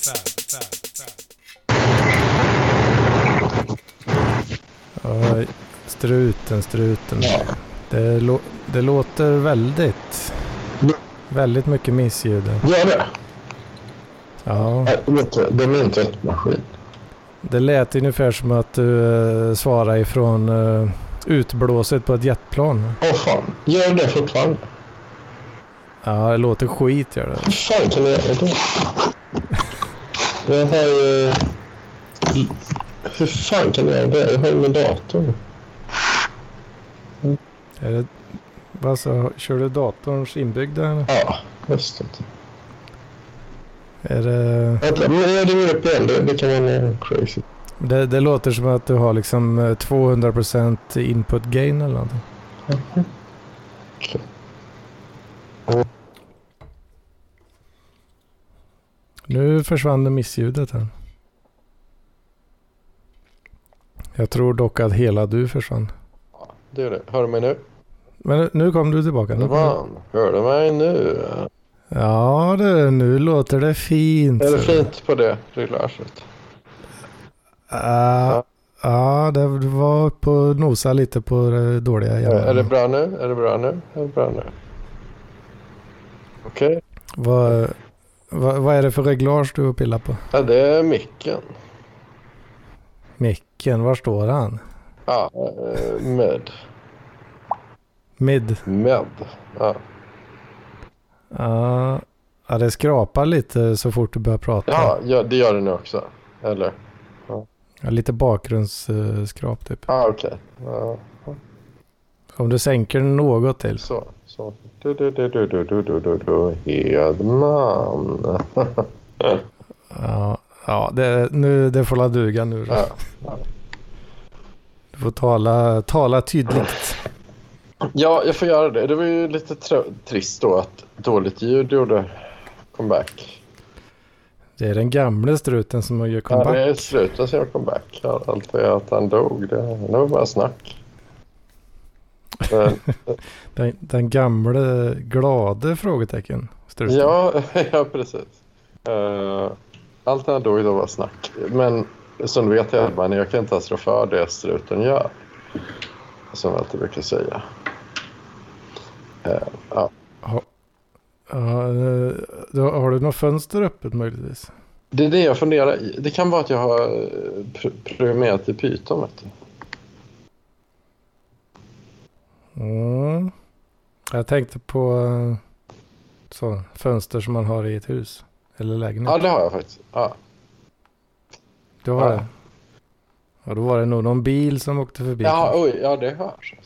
Oj, struten. Ja. Det låter väldigt mycket missljud. Gör det? Ja. Det är min tvättmaskin. Det lät ungefär som att du svarar ifrån utblåset på ett jetplan. Åh fan, gör det fortfarande? Ja, det låter skit gör det. Hur fan kan jag göra det? Jag har ju... Hur fan kan jag göra det? Jag har ju min dator. Är det... Vad så, kör du datorns inbyggda? Eller? Ja, just det. Är det... Vänta, men jag ringer upp igen. Det kan vara crazy. Det låter som att du har liksom 200% input gain eller någonting. Okay. Nu försvann det missljudet här. Jag tror dock att hela du försvann. Ja, det är det. Hör du mig nu? Men nu kom du tillbaka. Hör du mig nu? Ja, nu låter det fint. Är det fint på det reglaget? Ja, det var på nosa lite på det dåliga. Är det bra nu? Okej. Vad är det för reglage du pillar på? Ja, det är micken. Micken, var står han? Ja, Mid. Ja. Ja, det skrapar lite så fort du börjar prata. Ja, det gör det nu också. Eller? Ja, lite bakgrundsskrap typ. Ja, okej. Ja. Om du sänker något till. Så. Hedman. Ja, det får la duga nu då. Ja. Du får tala tydligt. Ja, jag får göra det. Det var ju lite trist då att dåligt ljud gjorde comeback. Det är den gamla struten som gör comeback. Ja, det är struten som gör comeback. Allt är att han dog. Det var bara snack. den gamla glada frågetecken struten. Ja, precis. Allt han dog då var snack. Men som du vet jag kan inte ens rå för det struten gör. Som jag alltid brukar säga. Ja. Har du något fönster öppet möjligtvis? Det är det jag funderar i. Det kan vara att jag har programmerat i Python, vet du. Jag tänkte på fönster som man har i ett hus eller lägenhet. Ja, det har jag faktiskt. Ja. Du har det? Ja, då var det nog någon bil som åkte förbi. Ja, det hörs.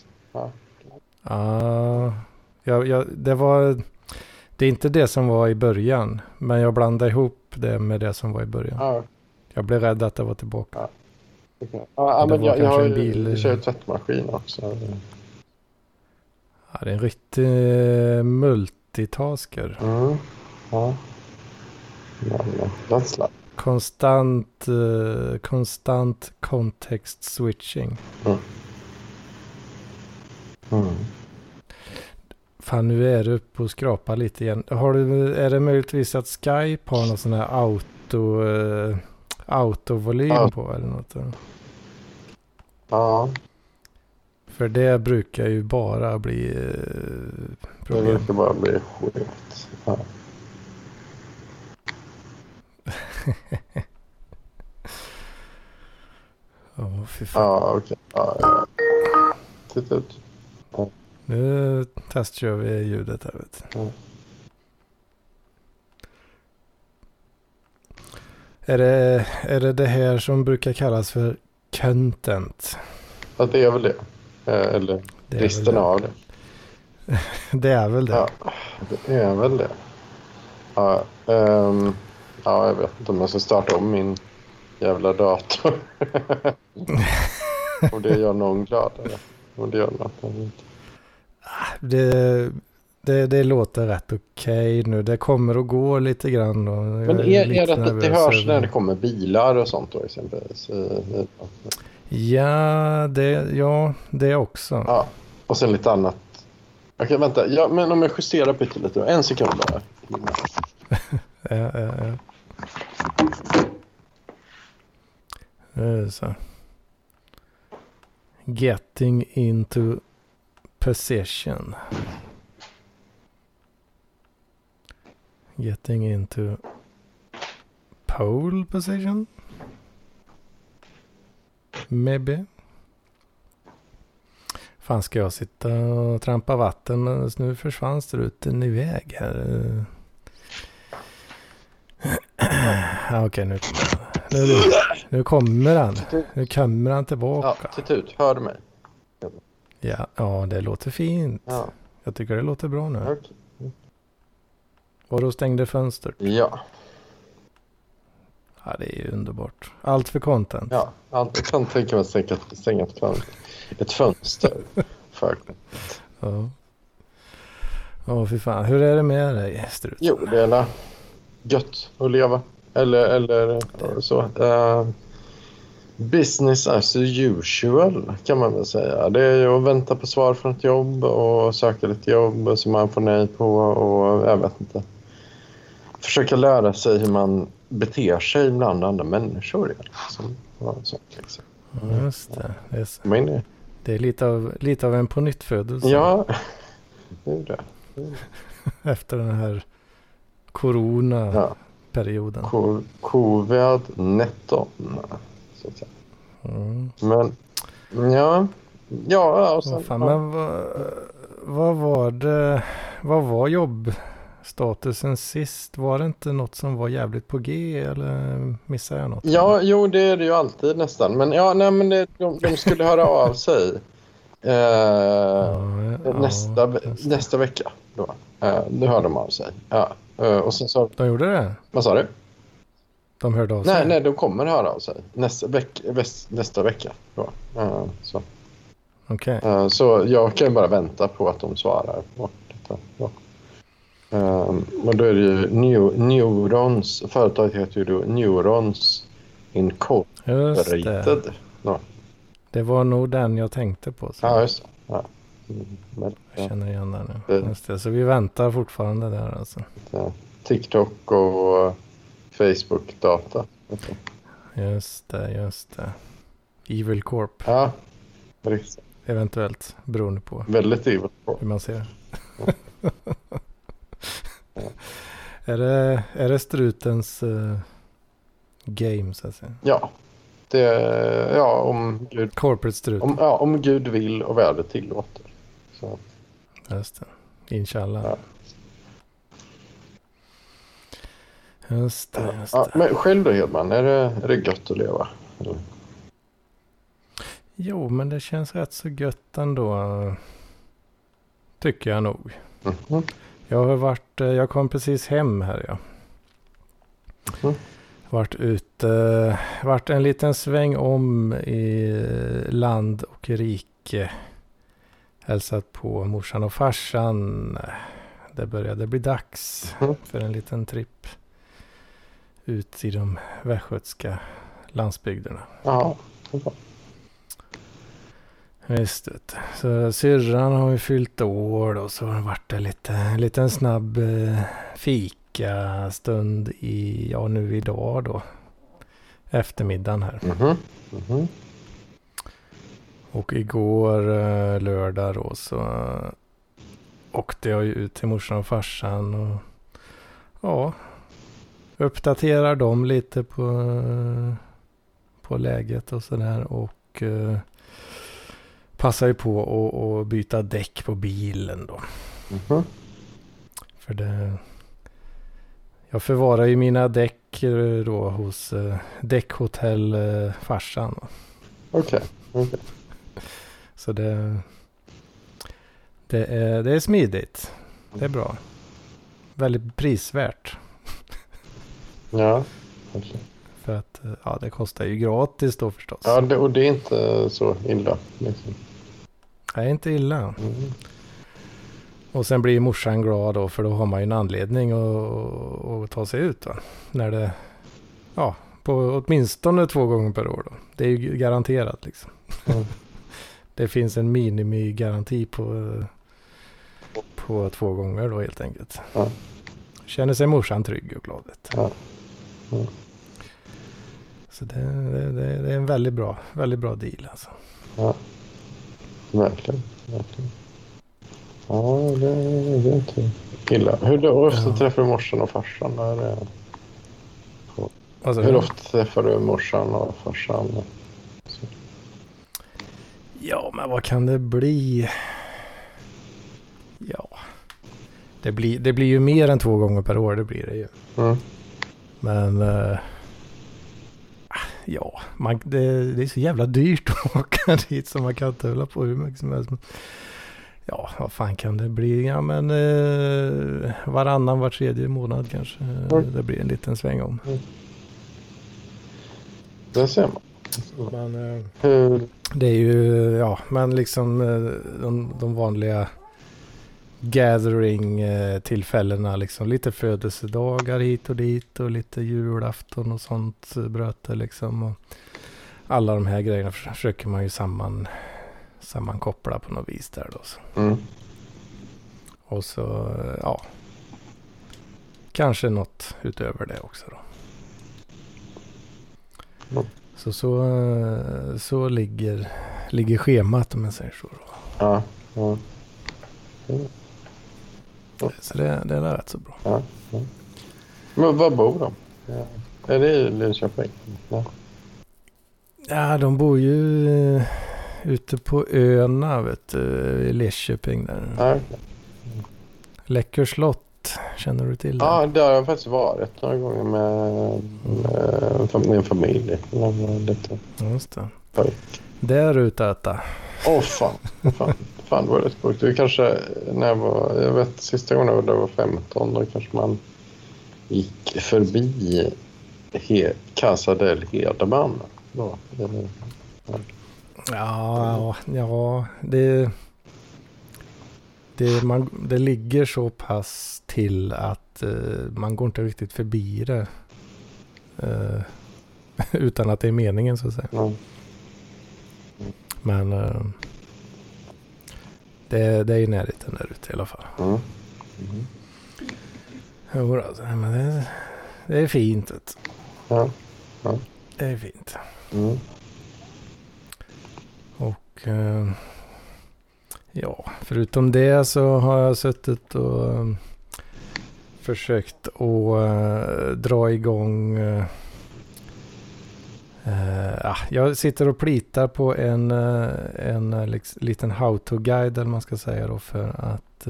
Det är inte det som var i början, men jag blandade ihop det med det som var i början. Ja. Jag blev rädd att det var tillbaka. Men jag har ju kört tvättmaskin också. Ja, det är en riktig multitasker. Ja. Konstant context switching. Fan, nu är du uppe och skrapar lite igen. Är det möjligtvis att Skype har någon sån här autovolym på eller något? Ja. För det brukar ju bara bli problem. Det brukar bara bli skit. Ja. Fy fan. Ja, okej. Ja. Titta ut. Ja. Nu testkör vi ljudet här, vet du. Ja. Är det här som brukar kallas för content? Ja, det är väl det. Eller bristen av det. Det är väl det. Ja, det är väl det. Ja, jag vet inte om jag ska starta om min jävla dator. Och det gör någon glad. Och det gör något. Det låter rätt okej nu. Det kommer att gå lite grann. Men är det att det hörs när det kommer bilar och sånt då exempelvis? Ja, det också. Ja, och sen lite annat. Okej, vänta. Ja, men om jag justerar lite. En sekund bara. Ja. Så. Getting into position. Getting into pole position? Maybe. Fan, ska jag sitta och trampa vatten? Nu försvann struten iväg här. Okej, nu kommer han. Nu kommer han tillbaka. Ja, titta ut. Hör du mig? Ja, det låter fint. Ja. Jag tycker det låter bra nu. Okay. Och då stängde fönstret. Ja. Ja, det är ju underbart. Allt för content. Ja, jag kan tänka mig att stänga ett fönster. För. Ja. Fy fan. Hur är det med dig, Strut? Jo, det är gött att leva. Eller så. Business as usual kan man väl säga. Det är ju att vänta på svar från ett jobb och söka lite jobb som man får nej på och jag vet inte. Försöka lära sig hur man beter sig bland andra människor. Liksom. Liksom. Just det. Det är lite av en pånyttfödelse. Ja, det är det. Efter den här corona-perioden. Covid-19. Så att säga. Men, ja. Och sen, fan, men vad var jobbstatusen sist? Var det inte något som var jävligt på G eller missade jag något? Ja, jo, det är det ju alltid nästan. Men de skulle höra av sig nästa vecka. Då hörde de av sig. Ja. Och sen så, de gjorde det? Vad sa du? De hörde av sig? Nej, de kommer höra av sig nästa vecka. Då. Så. Okay. Så jag kan bara vänta på att de svarar på detta. Ja. Och då är det ju Neurons, företaget heter ju då Neurons Incorporated. Ja. Det var nog den jag tänkte på. Så. Ja, just det. Ja. Jag känner igen den nu. Just det. Så vi väntar fortfarande där alltså. TikTok och Facebook-data. Okay. Just det. Evil Corp. Ja, riktigt. Eventuellt, beroende på. Väldigt Evil Corp. Hur man ser. Ja. Är det strutens game så att säga? Ja. Om Gud... Corporate strut. Om Gud vill och vädret tillåter. Så. Just det. Inshallah. Ja. Just det. Men själv då, Hedman, är det gött att leva? Eller? Jo, men det känns rätt så gött ändå. Tycker jag nog. Mm-hmm. Jag kom precis hem här, ja. Mm-hmm. Vart en liten sväng om i land och rike. Hälsat på morsan och farsan. Det började bli dags för en liten tripp ut i de västgötska landsbygderna. Ja. Just det. Så syrran har ju fyllt år och så har det varit en liten snabb fikastund nu idag då. Eftermiddagen här. Mm-hmm. Och igår lördag då så åkte jag ju ut till morsan och farsan och uppdaterar dem lite på läget och sådär och passar ju på att byta däck på bilen då. Mm-hmm. För jag förvarar ju mina däck då hos däckhotell farsan. Okej. Så det är smidigt. Det är bra. Väldigt prisvärt. Ja. Okay. För att det kostar ju gratis då förstås. Ja, och det är inte så illa. Liksom. Nej, inte illa. Mm. Och sen blir morsan glad då, för då har man ju en anledning att ta sig ut då. När det, på åtminstone 2 gånger per år då. Det är ju garanterat liksom. Mm. Det finns en minimigaranti på 2 gånger då helt enkelt. Ja. Känner sig morsan trygg och glad. Ja. Mm. Så det är en väldigt bra deal alltså. Ja, verkligen. Ja, det är inte illa. Hur ofta träffar du morsan och farsan? Hur ofta träffar du morsan och farsan? Så. Ja, men vad kan det bli? Ja, det blir ju mer än 2 gånger per år, det blir det ju. Mm. Men ja, det är så jävla dyrt att åka dit, så man kan inte hålla på hur mycket som helst. Ja, vad fan kan det bli? Ja, men var tredje månad kanske. Det blir en liten sväng om. Det ser man. Men det är ju, ja, men liksom de vanliga gathering-tillfällena, liksom lite födelsedagar hit och dit och lite julafton och sånt bröt det liksom. Och alla de här grejerna försöker man ju sammankoppla på något vis där då. Så. Mm. Och så, ja, kanske något utöver det också då. Mm. Så ligger schemat, om jag säger så då. Ja. Så det är rätt så bra. Ja. Men var bor de? Ja. Är det i Linköping? Ja, de bor ju ute på öarna, vet du, i Linköping där. Ja, okay. Läcker slott, känner du till det? Ja, det har jag faktiskt varit några gånger med min familj. Just det. Där ute äta. Fan var det sjukt. Det kanske, jag vet sista gången jag var 15, då kanske man gick förbi Casa del Hedeman. Ja, det ligger så pass till att man går inte riktigt förbi det utan att det är meningen, så att säga. Mm. Men det är i närheten där ute i alla fall. Mm. Jo, alltså, men det är fint. Vet du. Ja. Det är fint. Mm. Och ja, förutom det så har jag suttit och försökt att dra igång. Jag sitter och plitar på en liten how-to-guide, eller man ska säga då, för att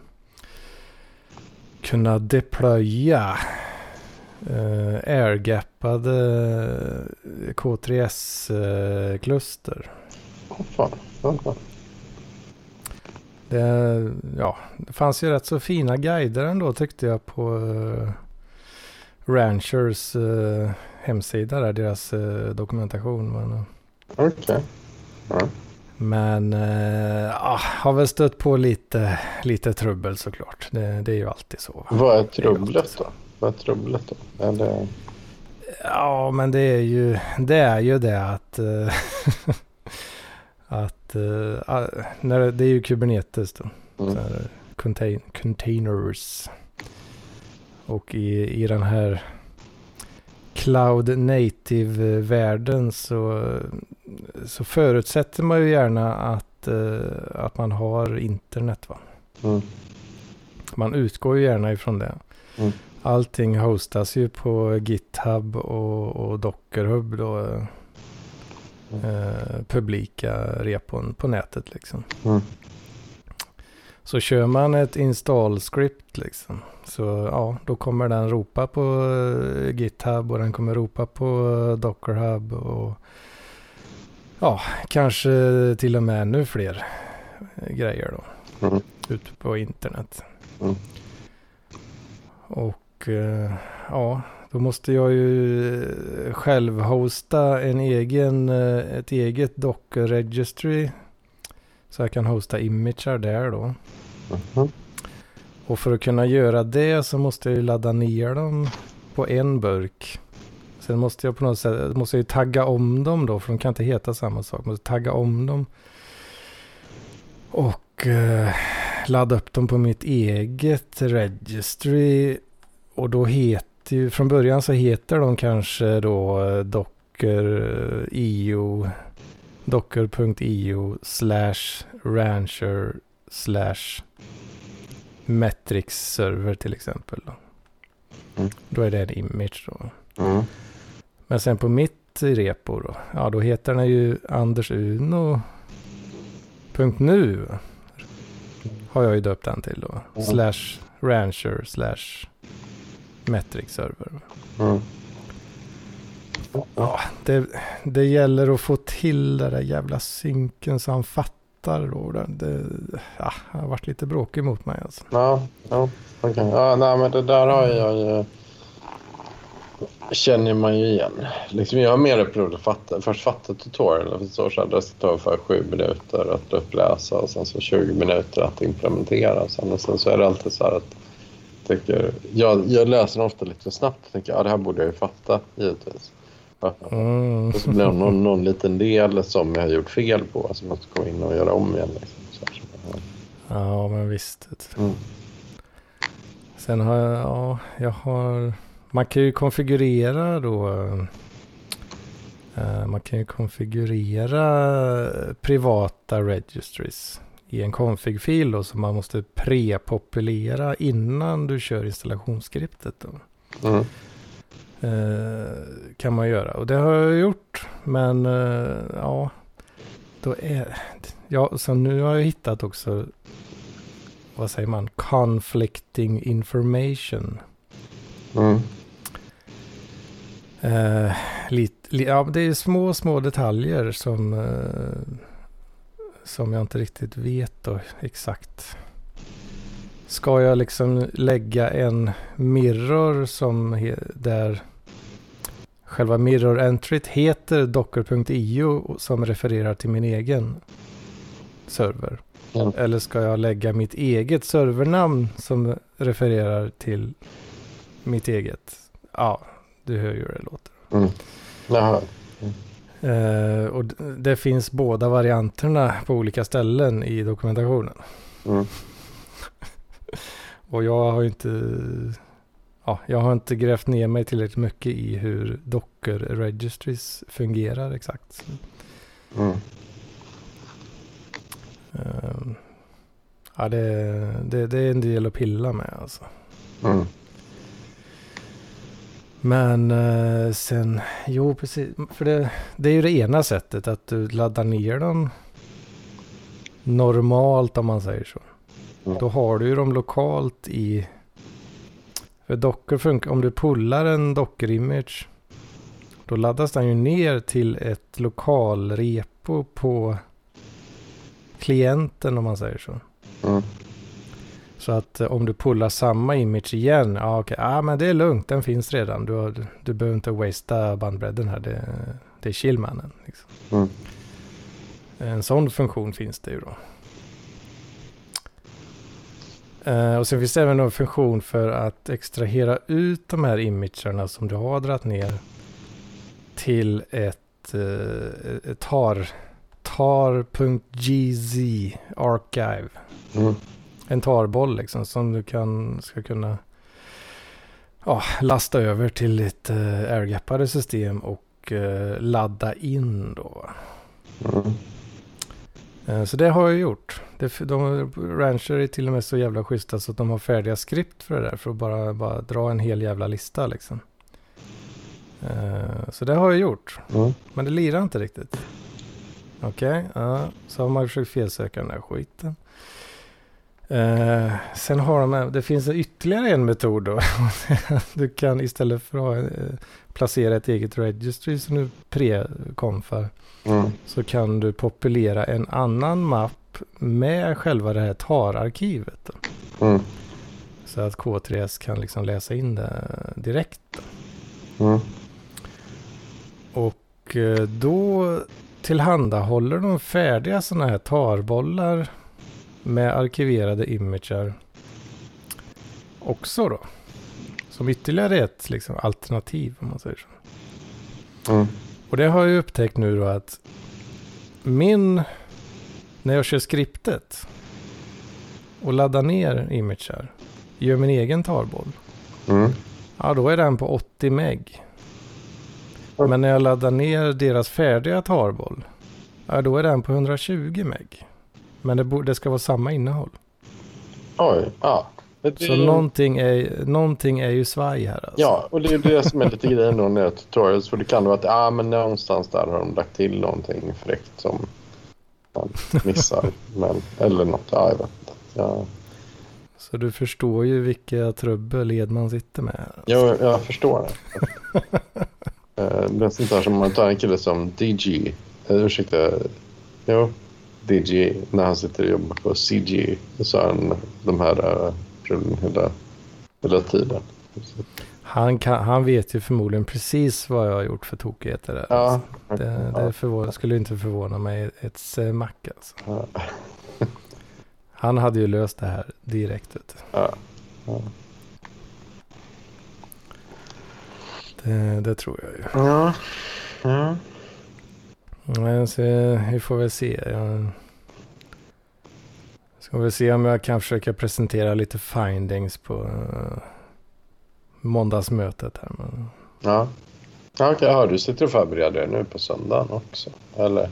kunna deploya airgappade K3S-kluster. Fan. Det fanns ju rätt så fina guider ändå, tyckte jag, på Ranchers hemsida där, deras dokumentation. Okej. Ja. Men har väl stött på lite trubbel, såklart. Det är ju alltid så. Vad är trubblet då? Ja, men det är ju det att när det är ju Kubernetes då. Mm. Så här, containers. Och i den här cloud native-världen så förutsätter man ju gärna att man har internet, va? Mm. Man utgår ju gärna ifrån det. Mm. Allting hostas ju på GitHub och Dockerhub då, publika repon på nätet liksom. Mm. Så kör man ett install script liksom, så ja, då kommer den ropa på GitHub och den kommer ropa på Dockerhub och ja, kanske till och med ännu fler grejer då ute på internet. Mm. Och ja, då måste jag ju själv hosta ett eget Docker registry så jag kan hosta imager där då. Mm. Och för att kunna göra det så måste jag ju ladda ner dem på en burk. Sen måste jag på något sätt ju tagga om dem då, för de kan inte heta samma sak. Jag måste tagga om dem och ladda upp dem på mitt eget registry. Och då från början så heter de kanske då docker.io/rancher/metrics-server till exempel. Då. Då är det en image då. Men sen på mitt repo då, ja då heter den ju andersuno.nu har jag ju döpt den till då. /rancher/metrics-server. Ja, det gäller att få till det där jävla synken så han fattar då. Det har varit lite bråkig mot mig alltså. Ja, okej. Ja, nej, men det där har jag ju... Känner man ju igen. Liksom jag har mer upplevt att först fatta tutorialen för så sedan. Det ska ta för 7 minuter att uppläsa och sen så 20 minuter att implementera. Sen så är det alltid så här att jag läser den ofta lite för snabbt och tänker det här borde jag ju fatta givetvis. Och så blir det någon liten del som jag har gjort fel på som jag måste komma in och göra om igen. Liksom. Ja, men visst. Sen har jag har... Man kan ju konfigurera då... Man kan ju konfigurera privata registries i en config-fil då, som man måste prepopulera innan du kör installationsskriptet då. Kan man göra. Och det har jag gjort. Men då är... Ja, så nu har jag hittat också... Vad säger man? Conflicting information. Det är små detaljer som jag inte riktigt vet då exakt. Ska jag liksom lägga en mirror där själva mirror entryt heter docker.io som refererar till min egen server? Eller ska jag lägga mitt eget servernamn som refererar till mitt eget? Ja, du hör ju hur det låter. Och det finns båda varianterna på olika ställen i dokumentationen. Och jag har inte grävt ner mig tillräckligt mycket i hur Docker registries fungerar exakt. Det är en del att pilla med alltså. Men sen, precis, för det är ju det ena sättet att du laddar ner dem normalt om man säger så. Då har du ju dem lokalt i, för Docker funkar, om du pullar en Docker-image då laddas den ju ner till ett lokalrepo på klienten om man säger så. Så att om du pullar samma image igen, men det är lugnt, den finns redan. Du behöver inte wastea bandbredden här, det är chillmannen. Liksom. En sån funktion finns det ju då. Och sen finns det även en funktion för att extrahera ut de här imagerna som du har dragit ner till ett tar.gz archive. En tarboll liksom som du ska kunna lasta över till ett airgappade system och ladda in då. Så det har jag gjort. Rancher är till och med så jävla schyssta så att de har färdiga skript för det där, för att bara dra en hel jävla lista liksom. Så det har jag gjort. Men det lirar inte riktigt. Okej, så har man försökt felsöka den här skiten. Sen har det finns ytterligare en metod då. Du kan istället för att placera ett eget registry som du pre-konfar så kan du populera en annan mapp med själva det här tar-arkivet då. Så att K3S kan liksom läsa in det direkt då. Och då tillhandahåller de färdiga sådana här tarbollar med arkiverade imager också då. Som ytterligare ett liksom alternativ om man säger så. Och det har jag upptäckt nu då att när jag kör skriptet och laddar ner imager, gör min egen tarboll. Då är den på 80 meg. Men när jag laddar ner deras färdiga Tarball, då är den på 120 meg. Men det ska vara samma innehåll. Oj, ja. Så någonting är ju svaj här. Alltså. Ja, och det är det som är lite grejen då när tutorials. För det kan vara att men någonstans där har de lagt till någonting fräckt som man missar. Eller något, jag vet inte. Ja. Så du förstår ju vilka trubbel Edman sitter med här. Alltså. Jo, jag förstår det. Det är sånt där som man tar en kille som DG. DG när han sitter och jobbar på CG. Så har han de här hela tiden. Han vet ju förmodligen precis vad jag har gjort för tokigheter där. Ja. Alltså. Det skulle inte förvåna mig ett smack alltså. Ja. Han hade ju löst det här direkt. Ja. Det tror jag ju. Ja. Men så, vi får väl se. Jag ska väl se om jag kan försöka presentera lite findings på måndagsmötet här. Men... Ja. Okej, du sitter och förbereder nu på söndagen också? Eller?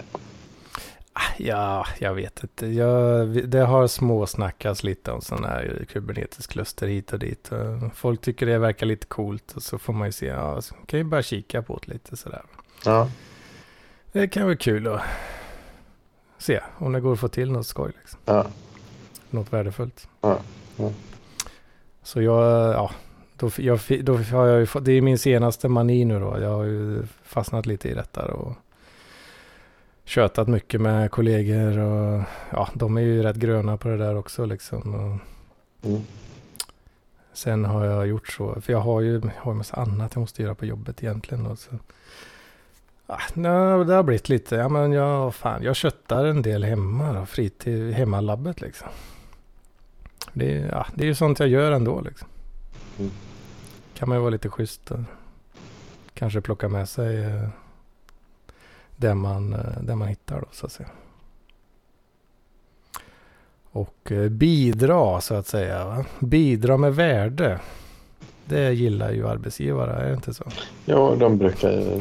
Ja, jag vet inte. Det har småsnackats lite om sådana här Kubernetes-kluster hit och dit. Folk tycker det verkar lite coolt och så får man ju se. Ja, så kan ju bara kika på det lite sådär. Ja. Det kan vara kul att se om det går att få till något skoj. Liksom. Ja. Något värdefullt. Ja. Så då har jag ju fått, det är min senaste mani nu då. Jag har ju fastnat lite i detta och tjötat mycket med kollegor och de är ju rätt gröna på det där också liksom. Och sen har jag gjort så, för jag har ju massa annat jag måste göra på jobbet egentligen då, så det har blivit lite, jag köttar en del hemma då, fritid, hemmalabbet liksom. Det är ju sånt jag gör ändå liksom. Kan man ju vara lite schysst och kanske plocka med sig där man hittar då, så att säga. Och bidra så att säga, va? Bidra med värde. Det gillar ju arbetsgivare, är det inte så? Ja, de brukar ju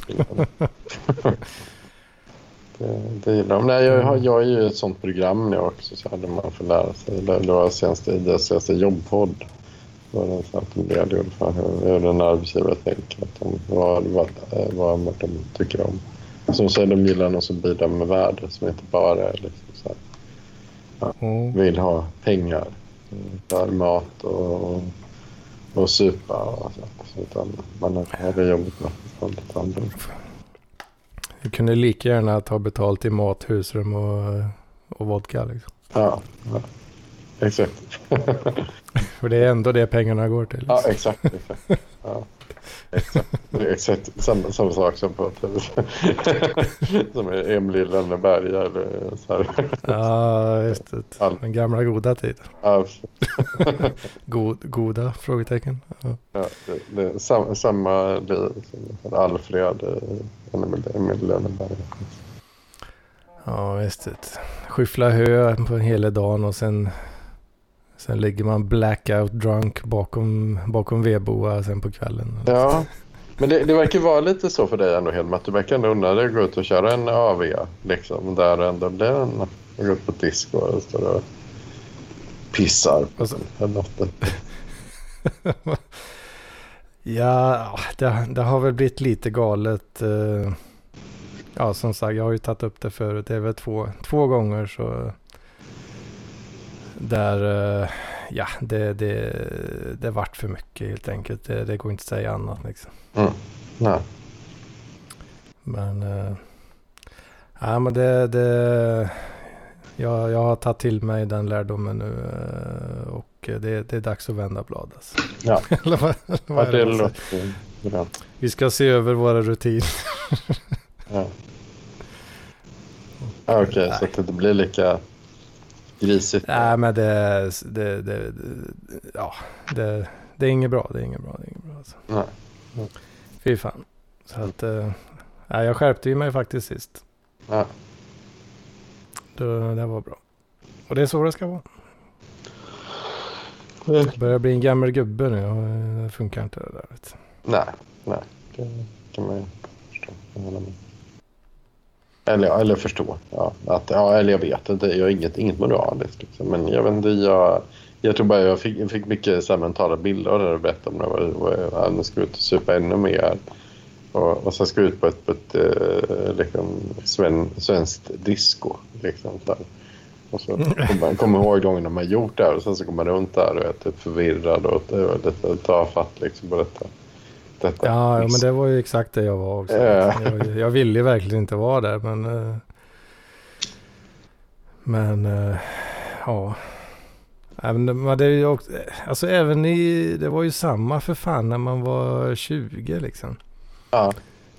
det gillar de. Nej, jag är ju ett sånt program nu också så där man får lära sig. Det var senaste jobbpodd. Det var en sån att de redogjorde för hur en arbetsgivare tänker att vad de tycker om. Som säger de gillar någon som bidrar med värde som inte bara är liksom så här, vill ha pengar för mat och supa och så, utan man har det jobbet med lite andra. Du kunde lika gärna ta betalt i mat, husrum och vodka liksom. Ja, exakt. För det är ändå det pengarna går till. Liksom. Ja, exakt. Ja. Exakt. Samma sak som på som är Emil i Lönneberg eller så här. Ja, just det. Den gamla goda tiden. Ja. Goda frågetecken. Ja, det är samma liv som Alfred Emil i Lönneberg. Ja, visst det. Skyffla hö på en hela dagen och sen ligger man blackout drunk bakom vedboa sen på kvällen. Ja, men det verkar vara lite så för dig ändå, Helma, att du verkar ändå undra dig att gå ut och köra en AV liksom, där ändå blir en gå ut på disco och står och pissar på eller något. Ja, det har väl blivit lite galet. Ja, som sagt, jag har ju tagit upp det förut. Det är väl två gånger så där det vart för mycket helt enkelt. Det går inte att säga annat liksom. Nej. Men jag har tagit till mig den lärdomen nu och det är dags att vända blad alltså. Ja. vad det låter bra. Vi ska se över våra rutiner. Ja. Okej, så att det inte blir lika grisigt. Nej, men det är inget bra. Det är inget bra alltså. Nej. Fy fan. Så att jag skärpte ju mig faktiskt sist. Ja. Det var bra. Och det är så det ska vara. Jag börjar bli en gammal gubbe nu och det funkar inte det där. Vet. Nej. Det kan man eller förstå. Ja, eller jag vet inte. Jag har inget moraliskt. Liksom. Men jag vet inte, jag tror bara jag fick mycket så här mentala bilder av det du berättade om. Nu ska ut och supa ännu mer. Och så ska ut på ett liksom, svenskt disco. Liksom, där. Och så kommer ihåg gången när man gjort det och sen så kommer man runt där och är typ förvirrad och lite tafatt liksom på detta. Ja, men det var ju exakt det jag var också. Jag ville ju verkligen inte vara där, men ja. Men det är ju också, alltså även det var ju samma för fan när man var 20 liksom. Ja.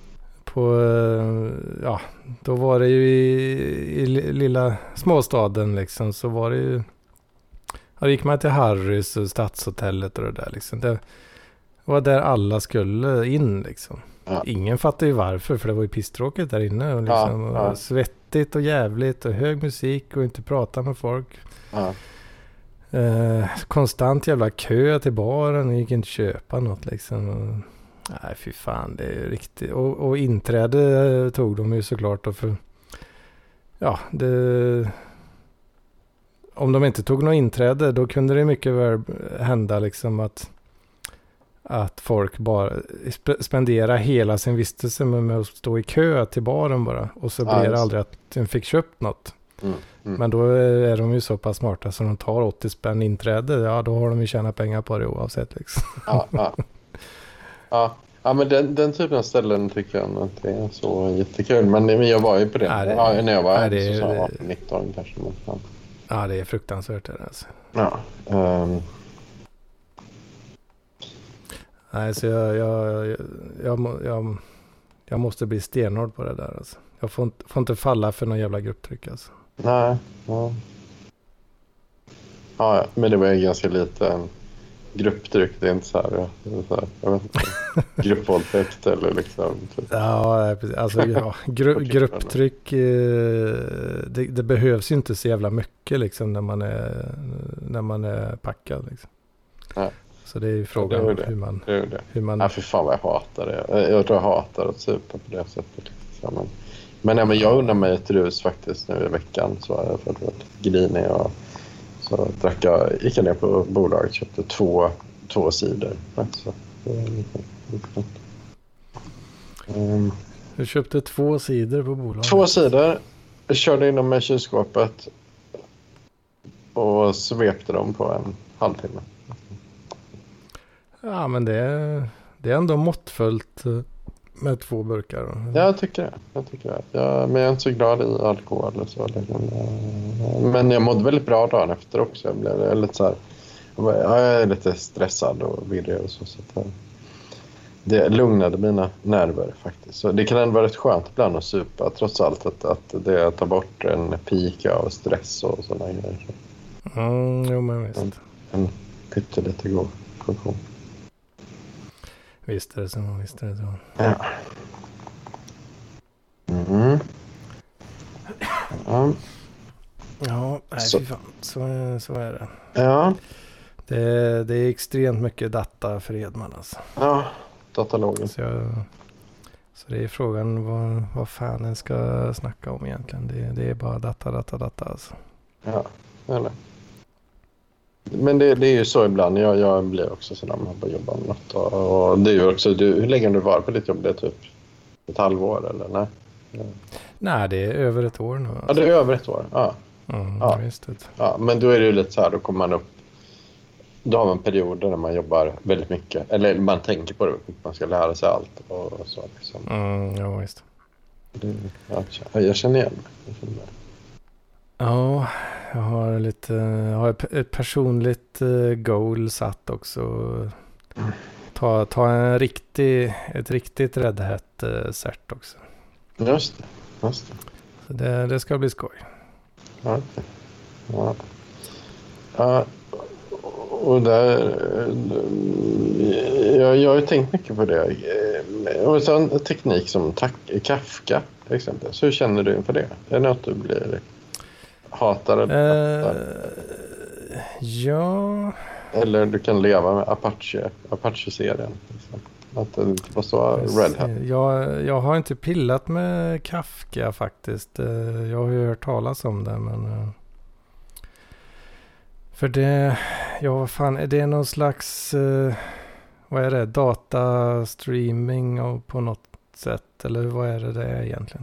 Då var det ju i lilla småstaden liksom, så var det ju, då gick man till Harrys och Stadshotellet och det där liksom. Det var där alla skulle in liksom. Ja. Ingen fattade ju varför, för det var ju pisstråkigt där inne och liksom, och svettigt och jävligt och hög musik och inte prata med folk. Ja. Konstant jävla kö till baren och gick inte köpa något liksom. Nej, fy fan, det är riktigt. Och inträde tog de ju såklart då, för om de inte tog något inträde, då kunde det mycket väl hända liksom att folk bara spendera hela sin vistelse med att stå i kö till baren bara. Och så blir det aldrig att de fick köpt något. Men då är de ju så pass smarta så de tar 80 spänn inträde. Ja, då har de ju tjänat pengar på det oavsett liksom. Ja, men den typen av ställen tycker jag inte är så jättekul. Men jag var ju på det. När jag var så sa jag 19 kanske. Ja, det är fruktansvärt det alltså. Ja. Nej, så jag måste bli stenhård på det där alltså. Jag får inte falla för någon jävla grupptryck alltså. Nej. Ja, men det var ju ganska lite grupptryck. Det är inte så här, jag vet inte, gruppvåldtäkt eller liksom. Typ. Ja, alltså grupptryck, det behövs ju inte så jävla mycket liksom när man är packad liksom. Nej. Så det är ju frågan om hur man... Ja, för fan vad jag hatar det. Jag tror jag hatar att supa på det sättet. Liksom. Men jag undrar mig ett rus faktiskt nu i veckan. Så var jag för att vara grinig. Så gick jag ner på bolaget och köpte två sidor. Så, Du köpte 2 sidor på bolaget? 2 sidor. Jag körde in dem med kylskåpet. Och svepte dem på en halvtimme. Ja, men det är ändå måttfullt med 2 burkar. Då. Ja, jag tycker det. Men jag är inte så glad i alkohol. Eller så. Men jag mådde väldigt bra dagen efter också. Jag blev lite så här, jag är lite stressad och virrig och så. Det lugnade mina nerver faktiskt. Så det kan ändå vara rätt skönt ibland att supa. Trots allt att det tar bort en pika av stress och sådana grejer. Jo, men visst. En pyttelite god funktion. Visst är det så. Ja. Ja, nej fy fan. Så är det. Ja. Det är extremt mycket data för Edman alltså. Ja, datalogen. Så det är frågan vad fan en ska snacka om egentligen. Det är bara data alltså. Ja, eller. Men det är ju så ibland. Jag blir också så när man bara jobbar med något. Och det är ju också, hur länge har du varit på ditt jobb? Det är typ ett halvår eller nej? Nej, det är över ett år nu. Alltså. Ja, det är över ett år. Ja. Visst det. Ja, men då är det ju lite så här, då kommer man upp. Då har man perioder när man jobbar väldigt mycket. Eller man tänker på det, man ska lära sig allt och så. Liksom. Ja, visst. Jag känner igen mig. Ja, jag har ett personligt goal satt också. Ta ett riktigt Red Hat cert också. Just det. Så det ska bli skoj. Ja. Och där jag har ju tänkt mycket på det. Och så en teknik som Kafka till exempel. Så hur känner du inför det? Är det något du blir hatar eller ja. Eller du kan leva med Apache-serien. Liksom. Att det inte bara står Red Hat. Jag har inte pillat med Kafka faktiskt. Jag har ju hört talas om det, men... För det... Ja, vad fan, är det någon slags... vad är det? Data streaming på något sätt? Eller vad är det egentligen?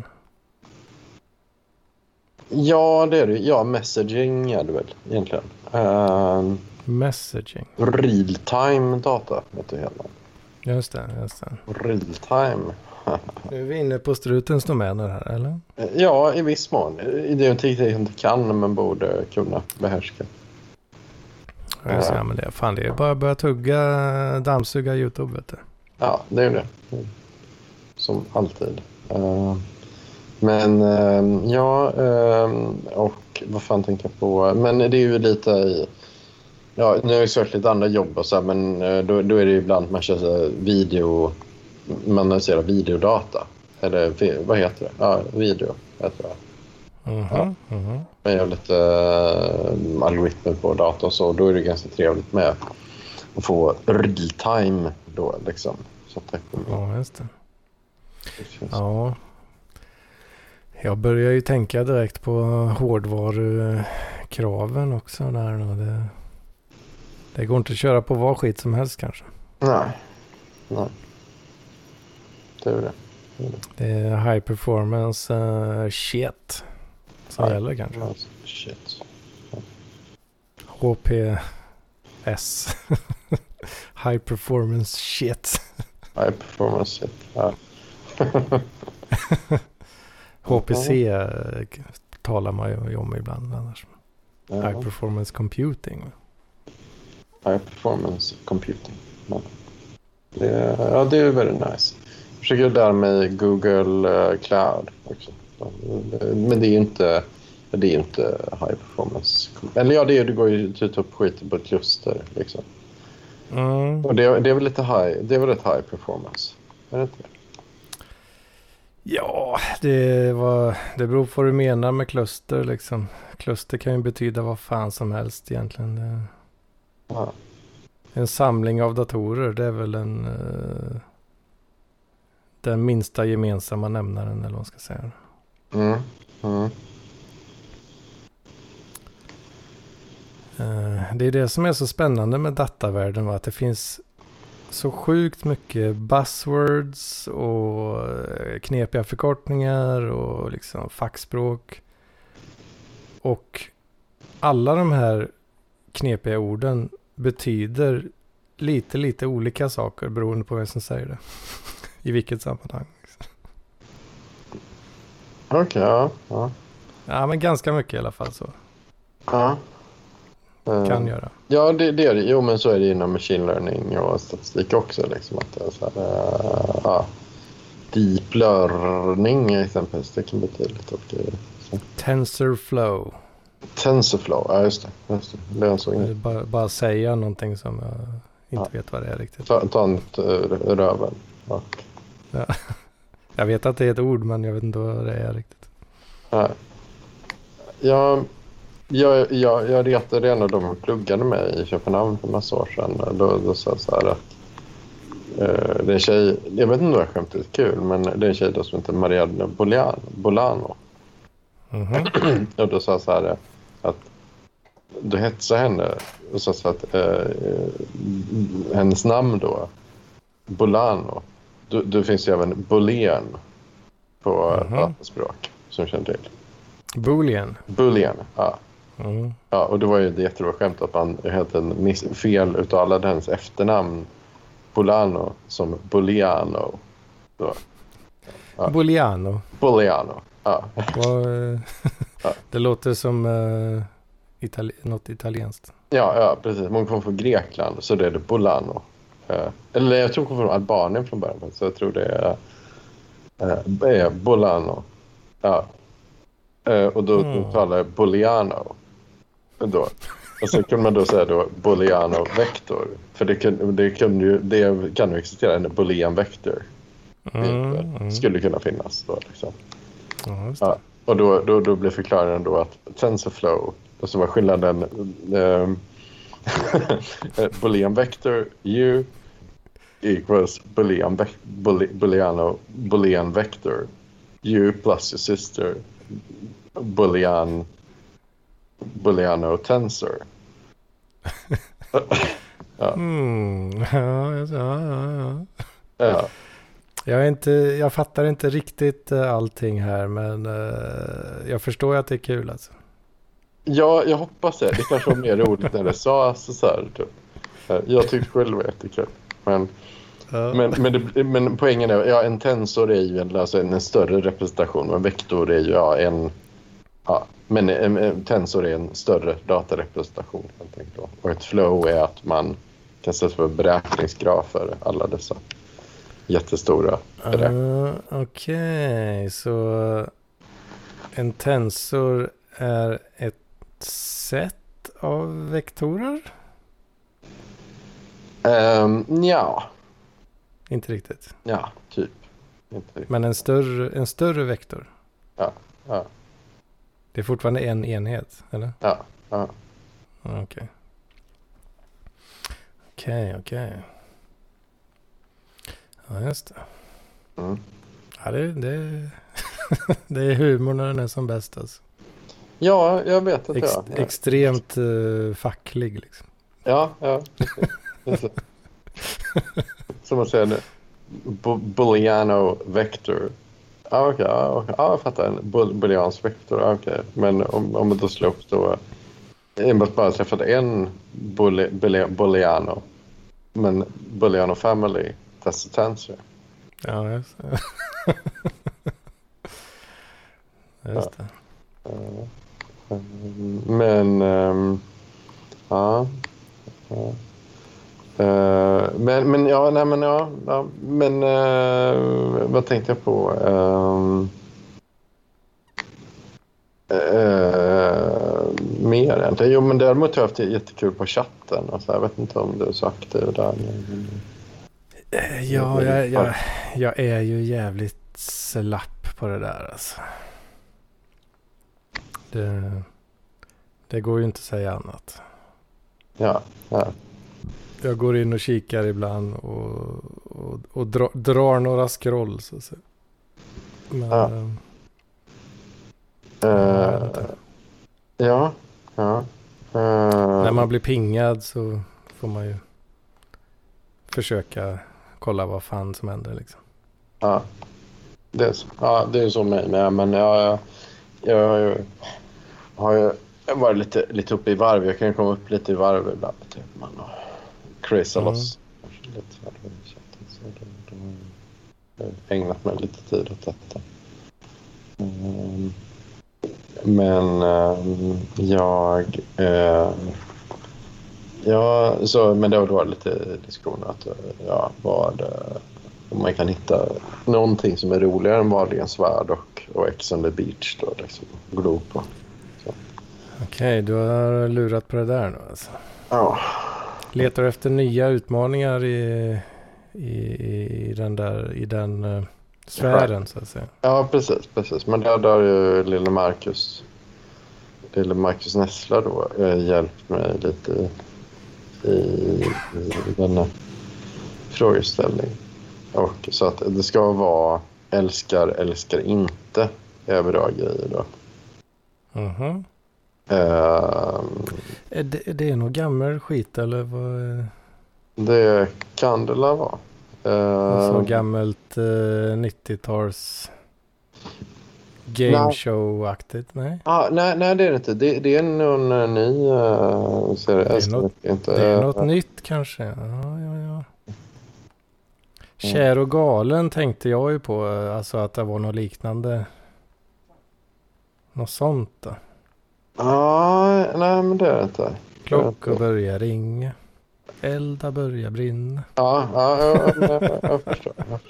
Ja, det är det. Ja, messaging är det väl egentligen. Messaging. Real-time data heter det hela. Just det. Real-time. Nu är vi inne på strutens domäner här, eller? Ja, i viss mån. Det är en teknik jag inte kan, men borde kunna behärska. Ja, men det är bara att börja dammsuga YouTube, vet du. Ja, det är det. Som alltid. Men och vad fan tänkte jag på? Men det är ju lite i... Ja, nu har jag sökt lite andra jobb och så här, men då är det ju ibland man kör så video... Man analyserar videodata. Eller vad heter det? Ja, video heter det. Man gör lite algoritmer på data och så. Då är det ganska trevligt med att få real time då liksom. Så att ja, just det. Ja. Jag börjar ju tänka direkt på hårdvarukraven också där då. Det går inte att köra på vad skit som helst kanske. Nej. Det är det. Det är high performance shit som gäller kanske. Shit. HPS. High performance shit. High performance shit, ja. HPC talar man ju om ibland annars. Ja. High performance computing. High performance computing. Ja. Det är väldigt nice. Jag försöker lära mig Google Cloud också. Men det är inte high performance. Eller ja, det går ju typ upp skit på ett kluster liksom. Och det är väl lite high. Det är väl ett high performance. Är det inte det? Ja, det beror på vad du menar med kluster liksom. Kluster kan ju betyda vad fan som helst egentligen. Ja. En samling av datorer, det är väl den minsta gemensamma nämnaren eller vad man ska säga. Det är det som är så spännande med datavärlden, att det finns så sjukt mycket buzzwords och knepiga förkortningar och liksom fackspråk. Och alla de här knepiga orden betyder lite olika saker beroende på vem som säger det. I vilket sammanhang. Okej, ja. Ja, men ganska mycket i alla fall så. Ja. Kan göra. Ja, det är det. Jo, men så är det inom machine learning och statistik också. Liksom, att det är så här, deep learning exempelvis. Det kan betyda lite olika. TensorFlow, ja just det. Det är så bara säga någonting som jag inte vet vad det är riktigt. Ta inte röven. Ja. Ja. Jag vet att det är ett ord, men jag vet inte vad det är riktigt. Nej. Jag retade en av dem som pluggade med i Köpenhamn för massa år sedan. Då sa jag så här att det är en tjej, jag vet inte om det är skämtigt kul, men det är en tjej då som heter Marianne Bolano. Och då sa jag så här att du hetsade henne och sa så att hennes namn då, Bolano, då finns ju även Boolean på språk som känner till. Boolean, ja. Ja, och det var ju ett jättebra skämt att man hette en fel utav alla hennes efternamn Bolano som Booleano. Ja. Booleano, ja. Det låter som något italienskt. Ja, precis. Hon kom från Grekland, så det är det Bolano. Eller jag tror hon kom från Albanien från början, så jag tror det är Bolano. Ja. Och då talar jag Booleano. Då. Och så kunde man då säga då Booleano vektor. För det kan ju existera en Boolean vektor. Skulle kunna finnas då liksom. Ja. Och då blir förklaringen då att TensorFlow, och så var skillnaden Boolean vector U equals Boolean vector. You plus your sister Booleano tensor. Ja. Ja. Jag fattar inte riktigt allting här, men jag förstår ju att det är kul alltså. Ja, jag hoppas det. Det kanske var mer roligt när det sa så här typ. Jag tyckte själv det var jättekul. Men poängen är, en tensor är ju en större representation, och en vektor är ju men en tensor är en större datarepresentation helt enkelt. Och ett flow är att man kan sätta upp beräkningsgrafer alla dessa jättestora beräkningar. Okej, så en tensor är ett set av vektorer? Ja. Inte riktigt. Ja, typ. Inte riktigt. Men en större vektor? Ja. Det är fortfarande en enhet, eller? Ja. Okej. Ja, just det. Ja, det är humor när den är som bäst alltså. Ja, jag vet att Extremt facklig liksom. Ja. Som man säger nu. Booleano vector. Okej. Jag fattar. En booleansk vektor. Okej. Men om det då slår upp då... Jag bara träffade en booleano. Men booleano family, that's a tensor. Ja, just det. Just det. Men... ja. Men vad tänkte jag på? Mer egentligen. Jo, men däremot har jag haft jättekul på chatten. Alltså, jag vet inte om du är så aktiv där. Ja, jag är ju jävligt slapp på det där alltså. Det går ju inte att säga annat. Ja. Jag går in och kikar ibland och drar några scroll så att säga. Men, ja. När man blir pingad så får man ju försöka kolla vad fan som händer liksom. Ja. Det är så med mig. Men jag har ju varit lite uppe i varv. Jag kan komma upp lite i varv ibland. Typ man crazy loss. Jag har ägnat mig lite tid åt detta. Men men det var lite diskussion att om man kan hitta någonting som är roligare än vanligen svärd och Ex on the Beach då liksom glo på. Okej, du har lurat på det där nu alltså. Ja. Letar du efter nya utmaningar i den sfären så att säga? Ja, precis. Men där är ju lille Marcus Nessla då hjälpt mig lite i denna frågeställning. Och så att det ska vara älskar inte är bra grejer då. Är det någon gammal skit eller vad? Det kan det vara. Så gammalt 90-tals game show-aktigt, nej? Nej, det är det inte. Det är någon ny serie. Det är något nytt kanske. Ja. Kär och galen tänkte jag ju på. Alltså att det var något liknande. Något sånt då. Nej, men det är det inte. Klockan börjar ringa. Elda börjar brinna. Ja, jag förstår.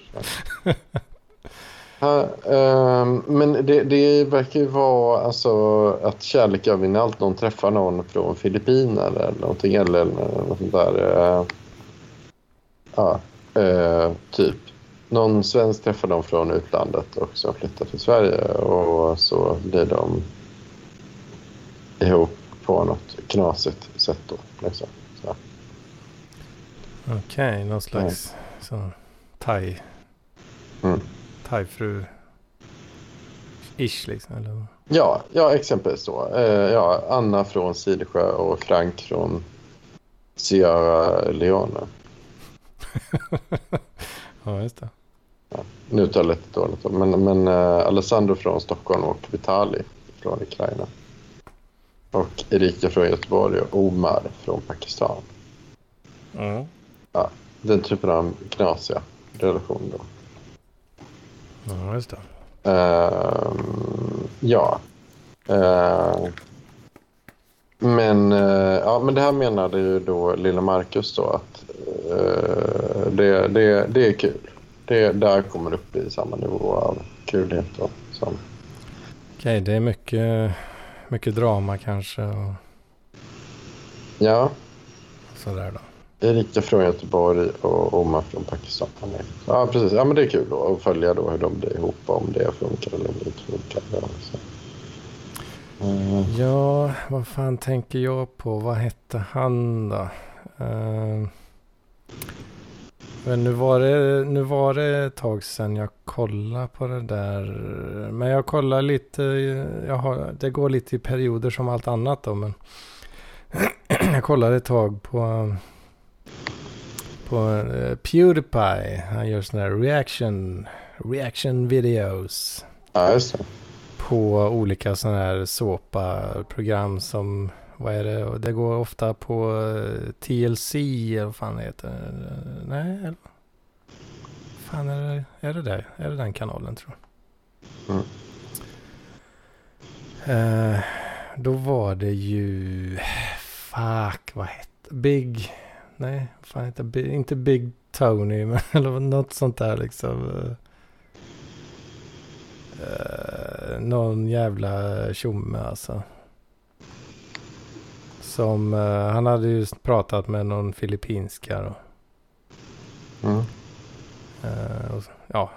Men det verkar ju vara alltså att kärlek övervinner allt. Någon träffar någon från Filippinerna eller någonting eller något sånt där. Typ. Någon svensk träffar dem från utlandet och så flyttar till Sverige och så blir de ihop på något knasigt sätt då. Liksom. Okej, någon slags Så thai-fru ish liksom, eller? Ja, exempelvis så. Anna från Sidsjö och Frank från Sierra Leone. Ja, just det. Ja, nu tar jag lite dåligt. Men Alessandro från Stockholm och Vitali från Ukraina. Och Erika från Göteborg och Omar från Pakistan. Mm. Ja, den typen av knasiga relation då. Ja, just det. Ja. Men det här menade ju då lilla Marcus då att det är kul. Det där kommer upp i samma nivå av kulhet då. Okej, det är mycket drama kanske och ja. sådär då. Erika från Göteborg och Omar från Pakistan. Ja, precis. Ja, men det är kul då att följa då hur de blir ihop, om det funkar eller inte funkar. Så. Ja, vad fan tänker jag på? Vad hette han då? Men nu var det ett tag sedan jag kollade på det där. Men jag kollar lite, det går lite i perioder som allt annat då, men jag kollade ett tag på PewDiePie. Han gör såna här reaction videos. Ja, just det. På olika sådana här såpa-program som, vad är det? Och det går ofta på TLC, eller vad fan heter det? Nej, eller? Fan, är det där? Är det den kanalen, tror jag? Då var det ju, vad hette? Fan heter inte Big Tony, men eller något sånt där liksom. Någon jävla tjomme alltså. Som han hade ju pratat med någon filippinska då. Ja.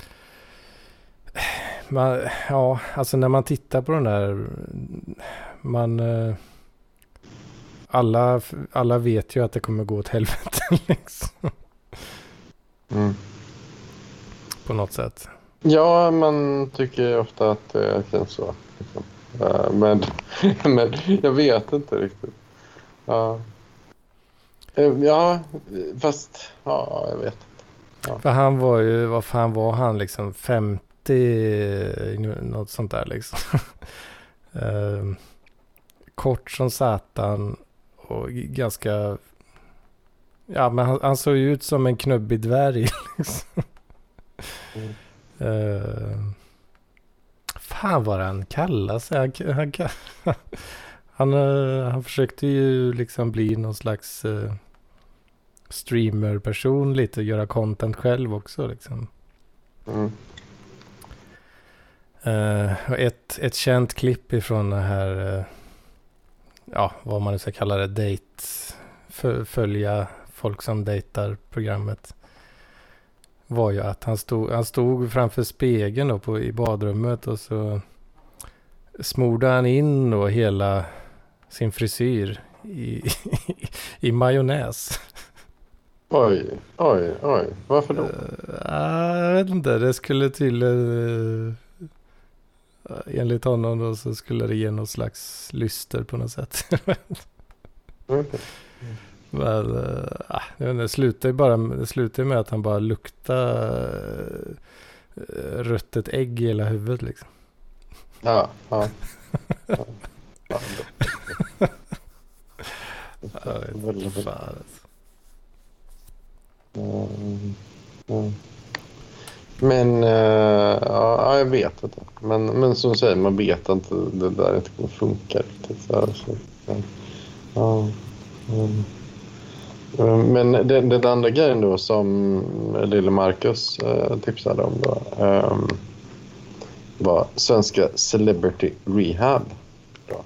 Alltså när man tittar på den där, alla vet ju att det kommer gå åt helvete liksom. På något sätt. Ja, man tycker ofta att det känns så. Men jag vet inte riktigt. Ja, fast jag vet inte. Ja. För han var ju, vad fan var han liksom, 50, något sånt där liksom. Kort som satan och ganska, ja, men han såg ju ut som en knubbig dvärg liksom. Fan vad han kallar sig. Han försökte ju liksom bli någon slags streamer-person lite och göra content själv också liksom. Och ett känt klipp ifrån det här vad man nu ska kalla det, följa folk som dejtar programmet, var ju att han stod framför spegeln då i badrummet och så smorde han in och hela sin frisyr i majonnäs. Oj. Varför då? Jag vet inte, det skulle tydligen enligt honom då, så skulle det ge någon slags lyster på något sätt. Okay. Men det slutar med att han bara luktar rött ägg i hela huvudet liksom. Ja. Men jag vet inte. Men som säger, man vet inte, det där inte kommer funka riktigt. Men den andra grejen då som lille Marcus tipsade om då, var svenska Celebrity Rehab då.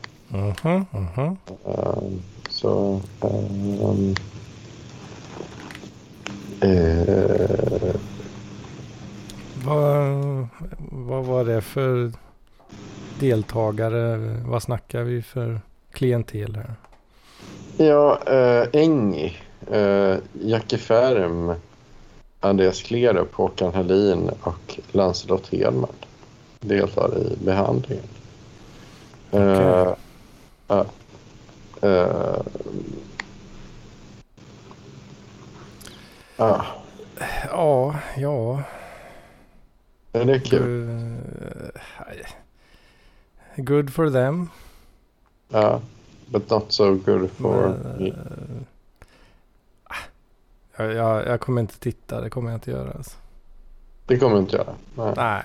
Så vad var det för deltagare? Vad snackar vi för klientel här? Ja, Engi, Jackie Färm, Andreas Klerup, Håkan Helin och Lancelot Hedman deltar i behandlingen. Okay. Ja. Det är kul. Good for them. Ja, but not so good for me. Jag kommer inte titta, det kommer jag inte göra. Alltså. Det kommer jag inte göra. Nej.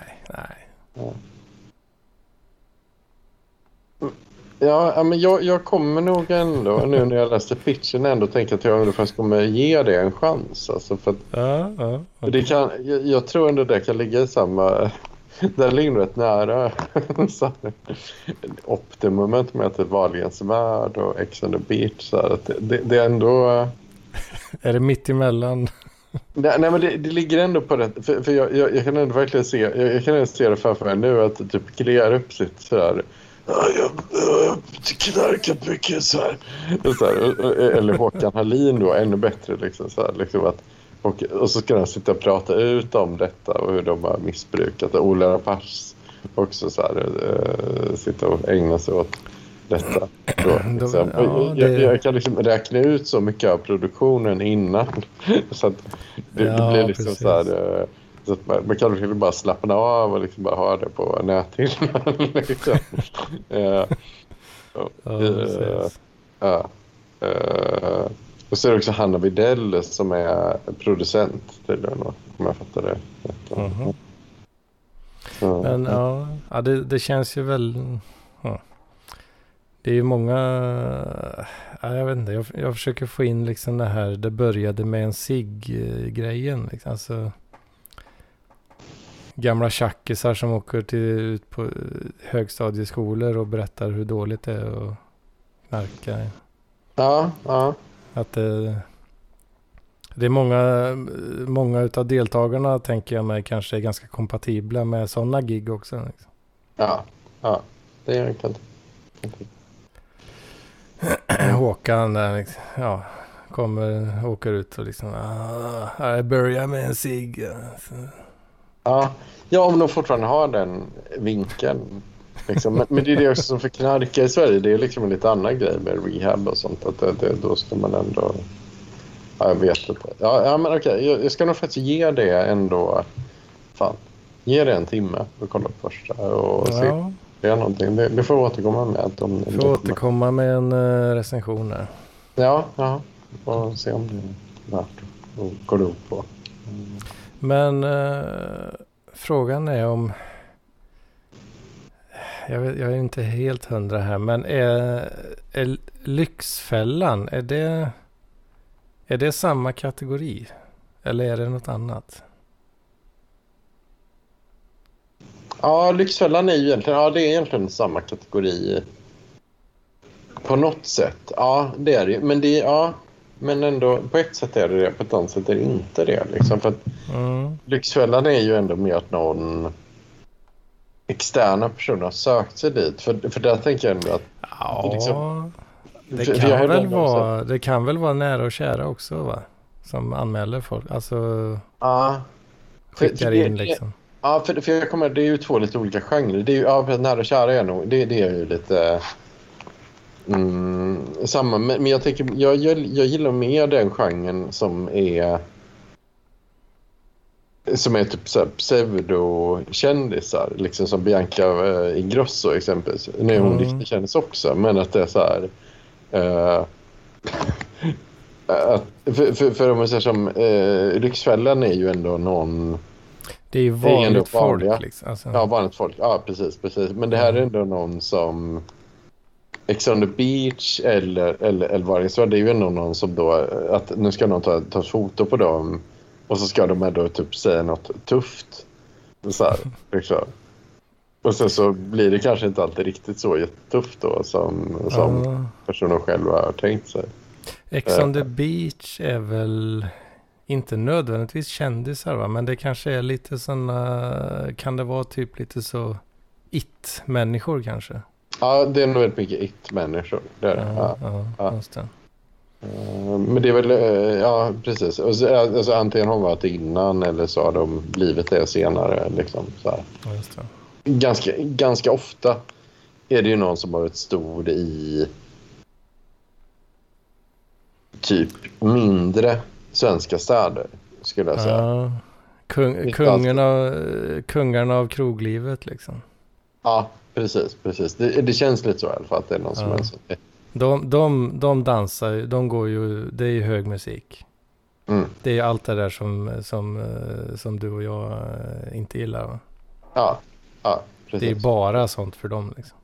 Ja, men jag kommer nog ändå, nu när jag läste pitchen, ändå tänka att jag ungefär kommer ge det en chans. Alltså för att det kan, jag tror ändå det kan ligga i samma... Det ligger rätt nära optimumet med ett Wahlgrens värld och Ex on the Beach. Så att det är ändå... Är det mitt emellan? Nej, men det ligger ändå på rätt... För jag kan ändå verkligen se... Jag kan ändå se det framför mig nu att det typ kliar upp sitt sådär... Jag knarkat mycket så här. Eller Håkan Hallin då, ännu bättre liksom, så här, liksom att, och så ska de sitta och prata ut om detta och hur de har missbrukat. Och Ola Rapace också så här, sitta och ägna sig åt detta då, liksom. Jag kan liksom räkna ut så mycket av produktionen innan så att det blir liksom precis. Så här, så att man kan liksom bara slappna av och liksom bara ha det på näthyllan. Liksom. Och så är det också Hanna Widell som är producent tydligen, om jag fattar det. Men ja, det känns ju väl... Ja. Det är ju många... Ja, jag vet inte, jag försöker få in liksom det här, det började med en cigg-grejen. Liksom. Alltså... Gamla tjackisar som åker ut på högstadieskolor och berättar hur dåligt det är att knarka. Ja. Att det är många utav deltagarna, tänker jag mig, kanske är ganska kompatibla med sådana gig också. Liksom. Ja, det är kan. Håkan där liksom, åker ut och liksom jag börjar med en cigg. Ja, om de fortfarande har den vinkeln. Liksom. Men det är det också som för knarka i Sverige. Det är liksom en lite annan grej med rehab och sånt. Att då ska man ändå... Ja, jag vet inte. Ja, men okej. Jag ska nog faktiskt ge det ändå... Fan. Ge det en timme och kolla på första. Och se. Det är någonting. Det får återkomma med. Du får återkomma med en recension här. Ja. Och se om det är värt att gå upp på. Men frågan är om... Jag är inte helt 100 här, men är Lyxfällan, är det samma kategori? Eller är det något annat? Ja, Lyxfällan är ju egentligen, det är egentligen samma kategori på något sätt. Ja, det är det. Men ändå, på ett sätt är det, på ett annat sätt är det inte det. Liksom. För att Lyxfällan är ju ändå mer att någon externa personer har sökt sig dit. För där tänker jag ändå att... Ja, liksom, det kan väl vara nära och kära också, va? Som anmäler folk. Alltså, skickar in liksom. Ja, för jag kommer, det är ju två lite olika genrer. Det är ju, nära och kära är nog, det är ju lite... samma, men jag tänker jag gillar mer den genren som är typ så här pseudo-kändisar, liksom som Bianca Ingrosso exempelvis. Nu är hon riktigt kändis också, men att det är så här för om man säger som Lyxfällan är ju ändå någon... Det är ju vanligt folk liksom. Alltså. Ja, vanligt folk. Ja, precis. Men det här är ändå någon som Ex on the Beach eller vad det är. Det är ju ändå någon som då, att nu ska någon ta ett foto på dem och så ska de då typ säga något tufft. Så här, liksom. Och sen så blir det kanske inte alltid riktigt så jättetufft då som personen själv har tänkt sig. Ex on the Beach är väl inte nödvändigtvis kändisar, va? Men det kanske är lite såna, kan det vara typ lite så it-människor kanske? Ja, det är nog väldigt mycket it-människor. Det är det. Ja, just det. Men det är väl, ja precis. Alltså, antingen har de varit innan eller så har de blivit det senare. Liksom, så här. Ja, just det. Ganska ofta är det ju någon som har varit stor i typ mindre svenska städer, skulle jag säga. Ja. Kungarna av kroglivet liksom. Ja, precis. Det känns lite så i alla fall att det är någon som är så. De dansar ju, de går ju, det är ju hög musik. Mm. Det är ju allt det där som du och jag inte gillar, va? Ja, precis. Det är bara sånt för dem liksom.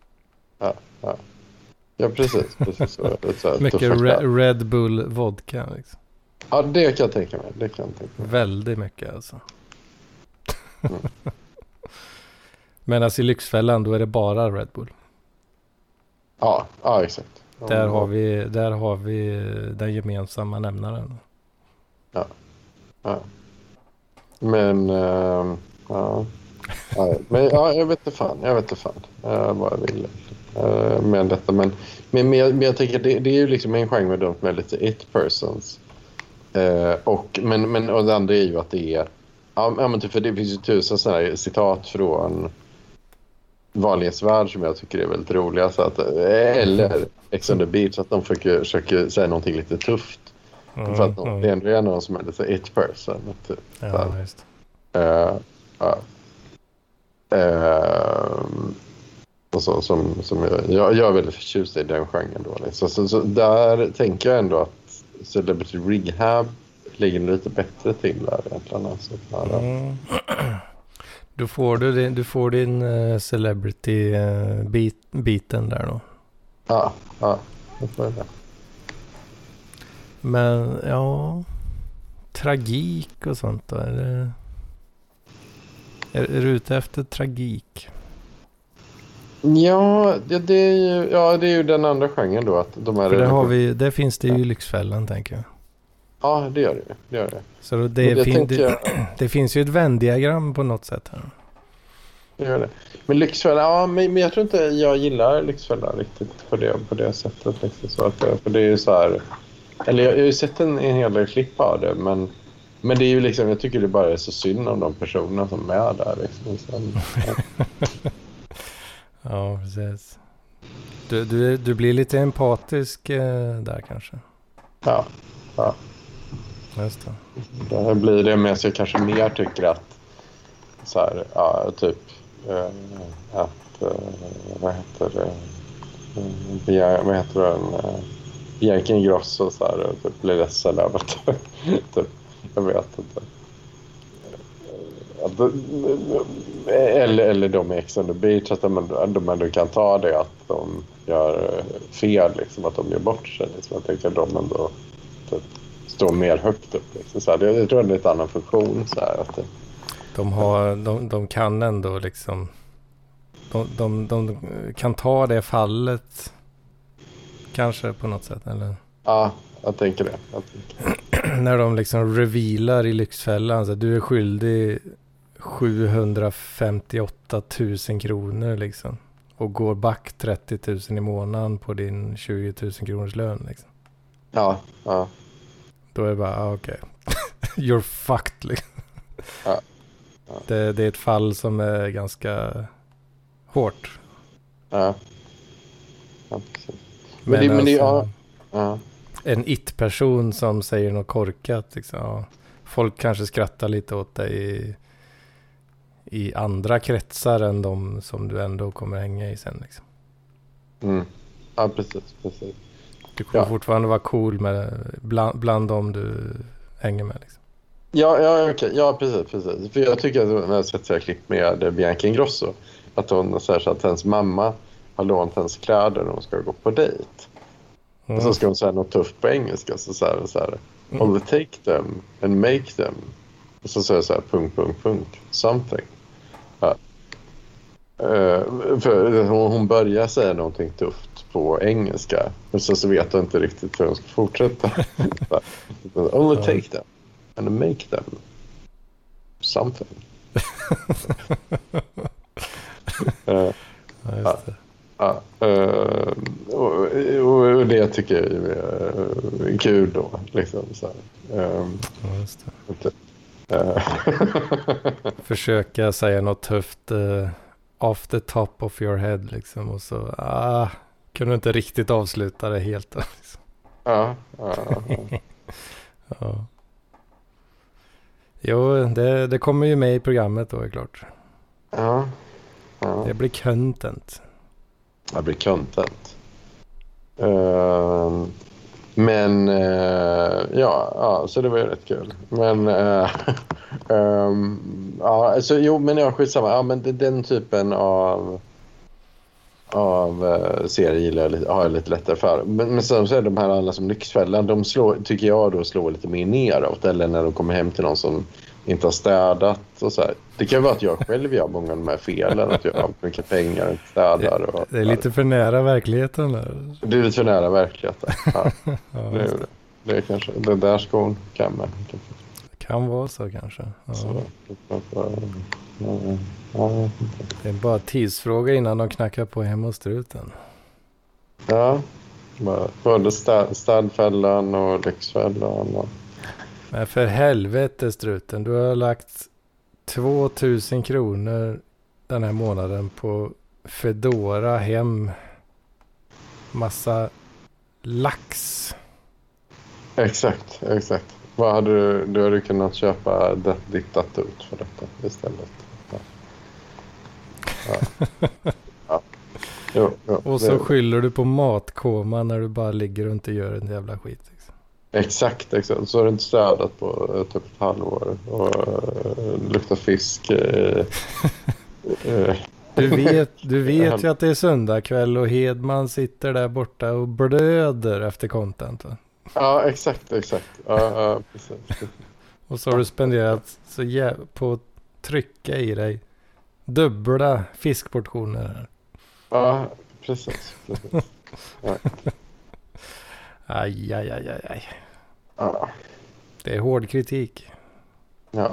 Ja, precis. Så mycket Red Bull vodka liksom. Ja, det kan jag tänka mig. Väldigt mycket alltså. Men alltså i Lyxfällan då är det bara Red Bull. Ja, exakt. Där har vi den gemensamma nämnaren. Ja. Men men jag vet inte fan vad jag vill med detta, men jag tänker det är ju liksom en genre med de med lite it persons. Och det andra är ju att det är men typ, för det finns ju tusen sådana här citat från vanlighetsvärld som jag tycker är väldigt roliga, så att, eller Ex on the Beach, att de försöker säga någonting lite tufft för att det ändå är någon som är lite it person typ. Ja, just. Och så, som jag är väldigt förtjust i den genren då. Liksom. Så där tänker jag ändå att Celebrity Rehab ligger lite bättre till där egentligen. Alltså, Du får din celebrity biten där då. Ja, det får jag det. Men ja, tragik och sånt då, är du ute efter tragik? Ja, det är ju den andra genren då, att de här. För det finns det ju i Lyxfällan, tänker jag. Ja, det gör det. Så det finns ju ett Venn-diagram på något sätt här. Det gör det. Men Lyxfällan, men jag tror inte jag gillar Lyxfällan riktigt på det sättet. Liksom, så att, för det är ju så här, eller jag har ju sett en hel del klipp av det, men det är ju liksom, jag tycker det bara är så synd om de personerna som är där. Liksom, så, ja, precis. Du blir lite empatisk där kanske. Ja. Just det. Det blir det, men jag kanske mer tycker att så här, typ att vad heter den Bianca Ingrosso så här, typ blir ledsen över att typ, jag vet inte. Eller de är Ex on the Beach, att de ändå kan ta det att de gör fel, liksom, att de gör bort sig. Liksom. Jag tänker att de ändå typ står mer högt upp. Liksom. Så här, jag tror det är en lite annan funktion. Så här, att de kan ändå liksom... De kan ta det fallet kanske på något sätt, eller? Ja, jag tänker det. När de liksom revealar i Lyxfällan så du är skyldig 758 000 kronor liksom, och går back 30 000 i månaden på din 20 000 kronors lön liksom. Ja. Då är det bara, okej. You're fucked liksom. Ja. Det är ett fall som är ganska hårt. Ja precis. Men det är en it-person som säger något korkat liksom, ja. Folk kanske skrattar lite åt dig i andra kretsar än de som du ändå kommer hänga i sen liksom. Ja, precis. Du kommer fortfarande vara cool med bland dem du hänger med liksom. Ja, okej. Ja, precis. För jag tycker att när jag har sett så här klipp med Bianca Ingrosso, att hon säger så att hennes mamma har lånat hennes kläder när hon ska gå på dejt. Och så ska hon säga något tufft på engelska, så här only take them and make them. Och så säger så här something. Ja. För hon börjar säga någonting tufft på engelska, men så vet hon inte riktigt hur hon ska fortsätta. Only take them and make them something. Ja, just det. Ja, och det tycker jag är kul då. Liksom, så här. Ja, just det. Försöka säga något tufft off the top of your head liksom. Och så kunde inte riktigt avsluta det helt. Liksom. Ja. Ja. Jo, det kommer ju med i programmet då, är klart. Ja. Det blir content. Det blir content. Men så det var ju rätt kul. Men skitsamma. Ja, men den typen av serier har jag lite lättare för. Men sen så är de här alla som Lyxfällan, de tycker jag då slår lite mer neråt. Eller när de kommer hem till någon som inte har städat och så här. Det kan vara att jag själv gör många av de här felen, att jag har mycket pengar och inte städar. Och det är lite för nära verkligheten där. Det är lite för nära verkligheten. Ja. Ja, det är kanske det där skon kan man. Det kan vara så kanske. Ja. Det är bara tidsfråga innan de knackar på hem hos struten. Ja, både städfällan och Lyxfällan. Men för helvete struten, du har lagt 2000 kronor den här månaden på Fedora hem. Massa lax. Exakt. Vad hade du hade kunnat köpa ditt datut för detta istället? Ja. Jo, och så skyller du på matkoma när du bara ligger och inte gör en jävla skit. Liksom. Exakt. Så har du inte städat på typ ett halvår och luktar fisk. Du vet ju att det är söndag kväll och Hedman sitter där borta och blöder efter content. Va? Ja, exakt. Ja, precis. Och så har du spenderat på att trycka i dig dubbla fiskportioner här. Ja, precis. Ja. Aj. Ja. Det är hård kritik. Ja.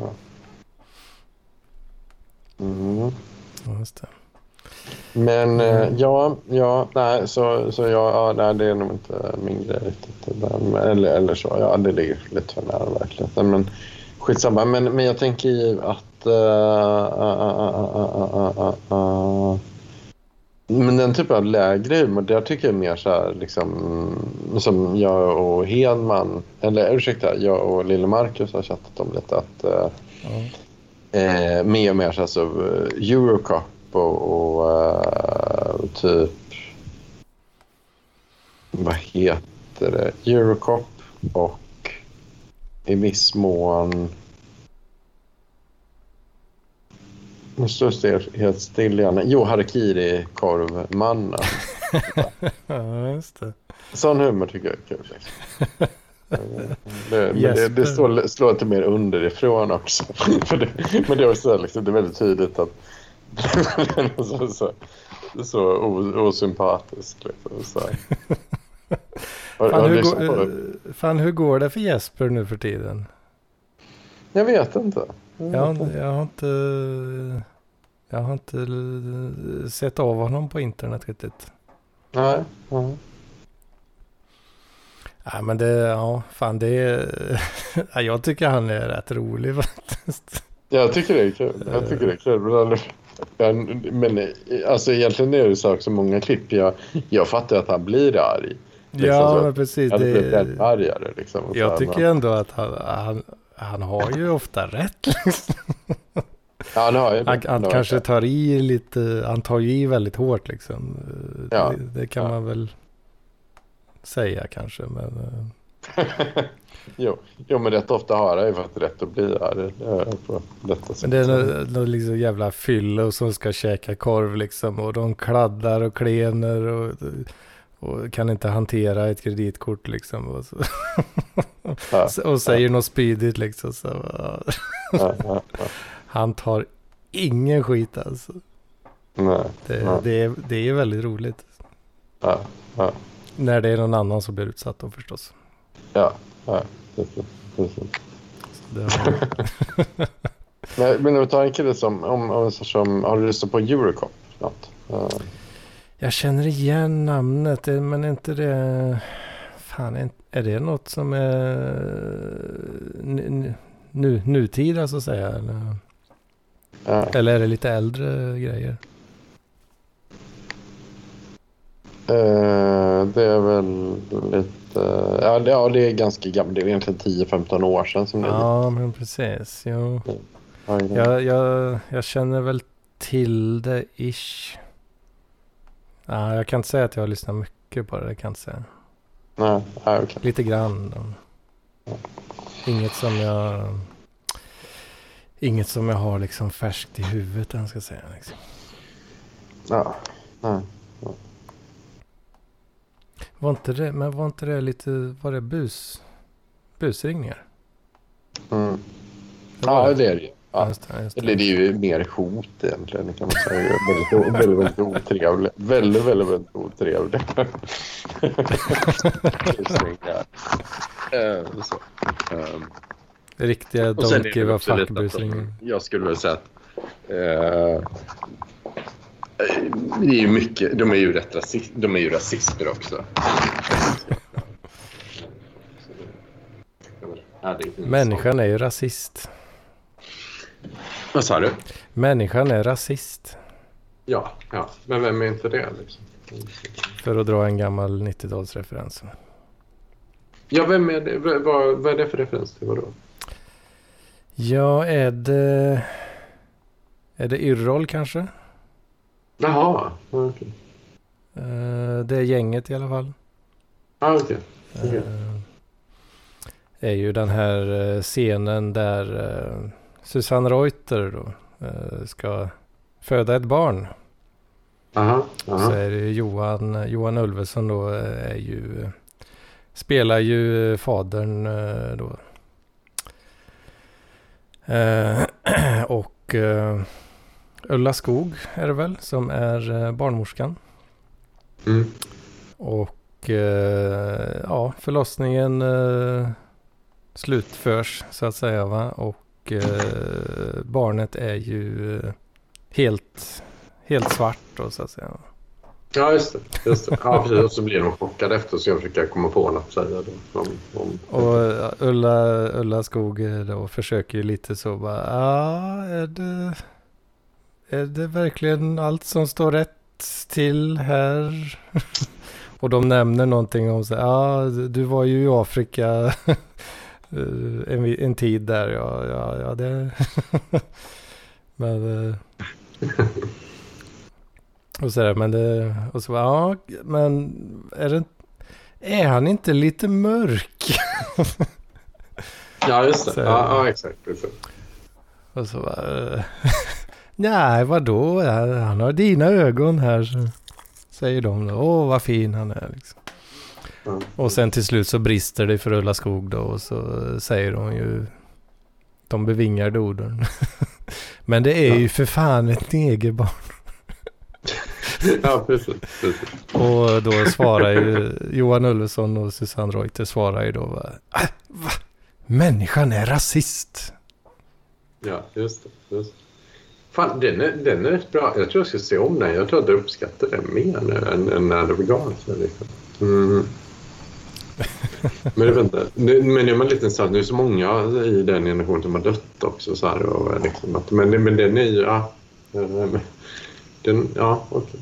Mm. Just det. Men nej, det är nog inte min grej riktigt. Eller så, ja, det ligger lite för nära verkligheten. Men skitsamma. Men jag tänker ju att men den typen av lägre humor, där tycker jag mer så här liksom, som jag och Hedman, eller ursäkta, jag och Lille Marcus har chattat om lite att mer och mer så alltså, Eurocop och typ vad heter det? Eurocop och i viss mån måste helt still igen. Jo, Harakiri korvmannen. Ja, just det. Sån humor tycker jag är kul. Det slår lite mer underifrån också. Men det är också liksom, det är väldigt tydligt att så osympatisk liksom, så. Hur går det för Jesper nu för tiden? Jag vet inte. Jag har inte sett av honom på internet riktigt. Nej. Ja, men jag tycker han är rätt rolig faktiskt. Jag tycker det är kul. Men alltså egentligen är det så också många klipp. Jag fattar att han blir arg. Liksom, ja, men precis. Han blir argare liksom. Jag tycker ändå att han har ju ofta rätt liksom. Ja, han kanske tar i lite, han tar ju i väldigt hårt liksom. Ja. Det kan man väl säga kanske, men jo, men rätt ofta har jag ju varit rätt att bli arg på detta sätt. Men det är någon liksom jävla fyllo som ska käka korv liksom, och de kladdar och klener och kan inte hantera ett kreditkort liksom, och och säger något spydigt liksom, så han tar ingen skit alltså. Nej. Det är väldigt roligt. Ja. När det är någon annan som blir utsatt då förstås. Ja. Precis. Nej, men du tar en kille som har du lyssnat på Eurocop något? Jag känner igen namnet, men är inte det... Fan, är det något som är nutida så att säga? Eller? Ja. Eller är det lite äldre grejer? Det är väl lite... Ja, det är ganska gammalt. Det är egentligen 10-15 år sedan som det är. Ja, men precis. Jo. Ja. Jag känner väl till det ish. Ja, jag kan inte säga att jag har lyssnat mycket på det kan jag inte säga. Nej, okej. Lite grann. Inget som jag har liksom färskt i huvudet, jag ska säga. Liksom. Ja, nej. Var inte det lite, var det busringningar? Mm. Ja, det är det ju. Ja. Just det. Eller det är ju mer hot egentligen, kan man säga. Väldigt otrevligt. Väldigt otrevligt. Så. Riktiga don't give a fuck busringningar. Jag skulle väl säga att det är ju mycket, de är ju rasister också. Människan är ju rasist. Vad sa du? Människan är rasist. Ja. Men vem är inte det liksom? För att dra en gammal 90-talsreferens. Ja, vem är det? Vad är det för referens till? Vadå? Ja, är det Yrrol kanske? Jaha, okej. Det är gänget i alla fall. Ja, okej. Är ju den här scenen där Susanne Reuter då ska föda ett barn. Aha. Så är det Johan Ulveson då spelar ju fadern då. Och Ulla Skog är det väl som är barnmorskan. Mm. Och förlossningen slutförs så att säga va. Och barnet är ju helt svart då så att säga. Ja, just det. Ja, precis. Och så blir de chockade efter så jag försöker komma på något att säga då. Och Ulla Skog då försöker ju lite så bara, är det verkligen allt som står rätt till här? Och de nämner någonting om så du var ju i Afrika en tid där, ja det men och så där, men är han inte lite mörk? Ja, just det. Så, ja, exakt. Och så bara, nej, vadå? Han har dina ögon här, så säger de då. Åh, vad fin han är liksom. Mm. Och sen till slut så brister det för Ulla Skog då, och så säger de ju de bevingade orden. Men det är ju för fan ett negerbarn. Ja, precis. Och då svarar ju Johan Ulveson och Susanne Reuter svarar ju då va? Människan är rasist. Ja, just det. Fan, den är rätt bra. Jag tror jag ska se om den. Jag tror att jag uppskattar den mer nu än när det begav sig. Liksom. Mm. Men jag vet inte. Men är man lite så här, nu är så många i den generationen som har dött också så här, och liksom att, men den är ju okej.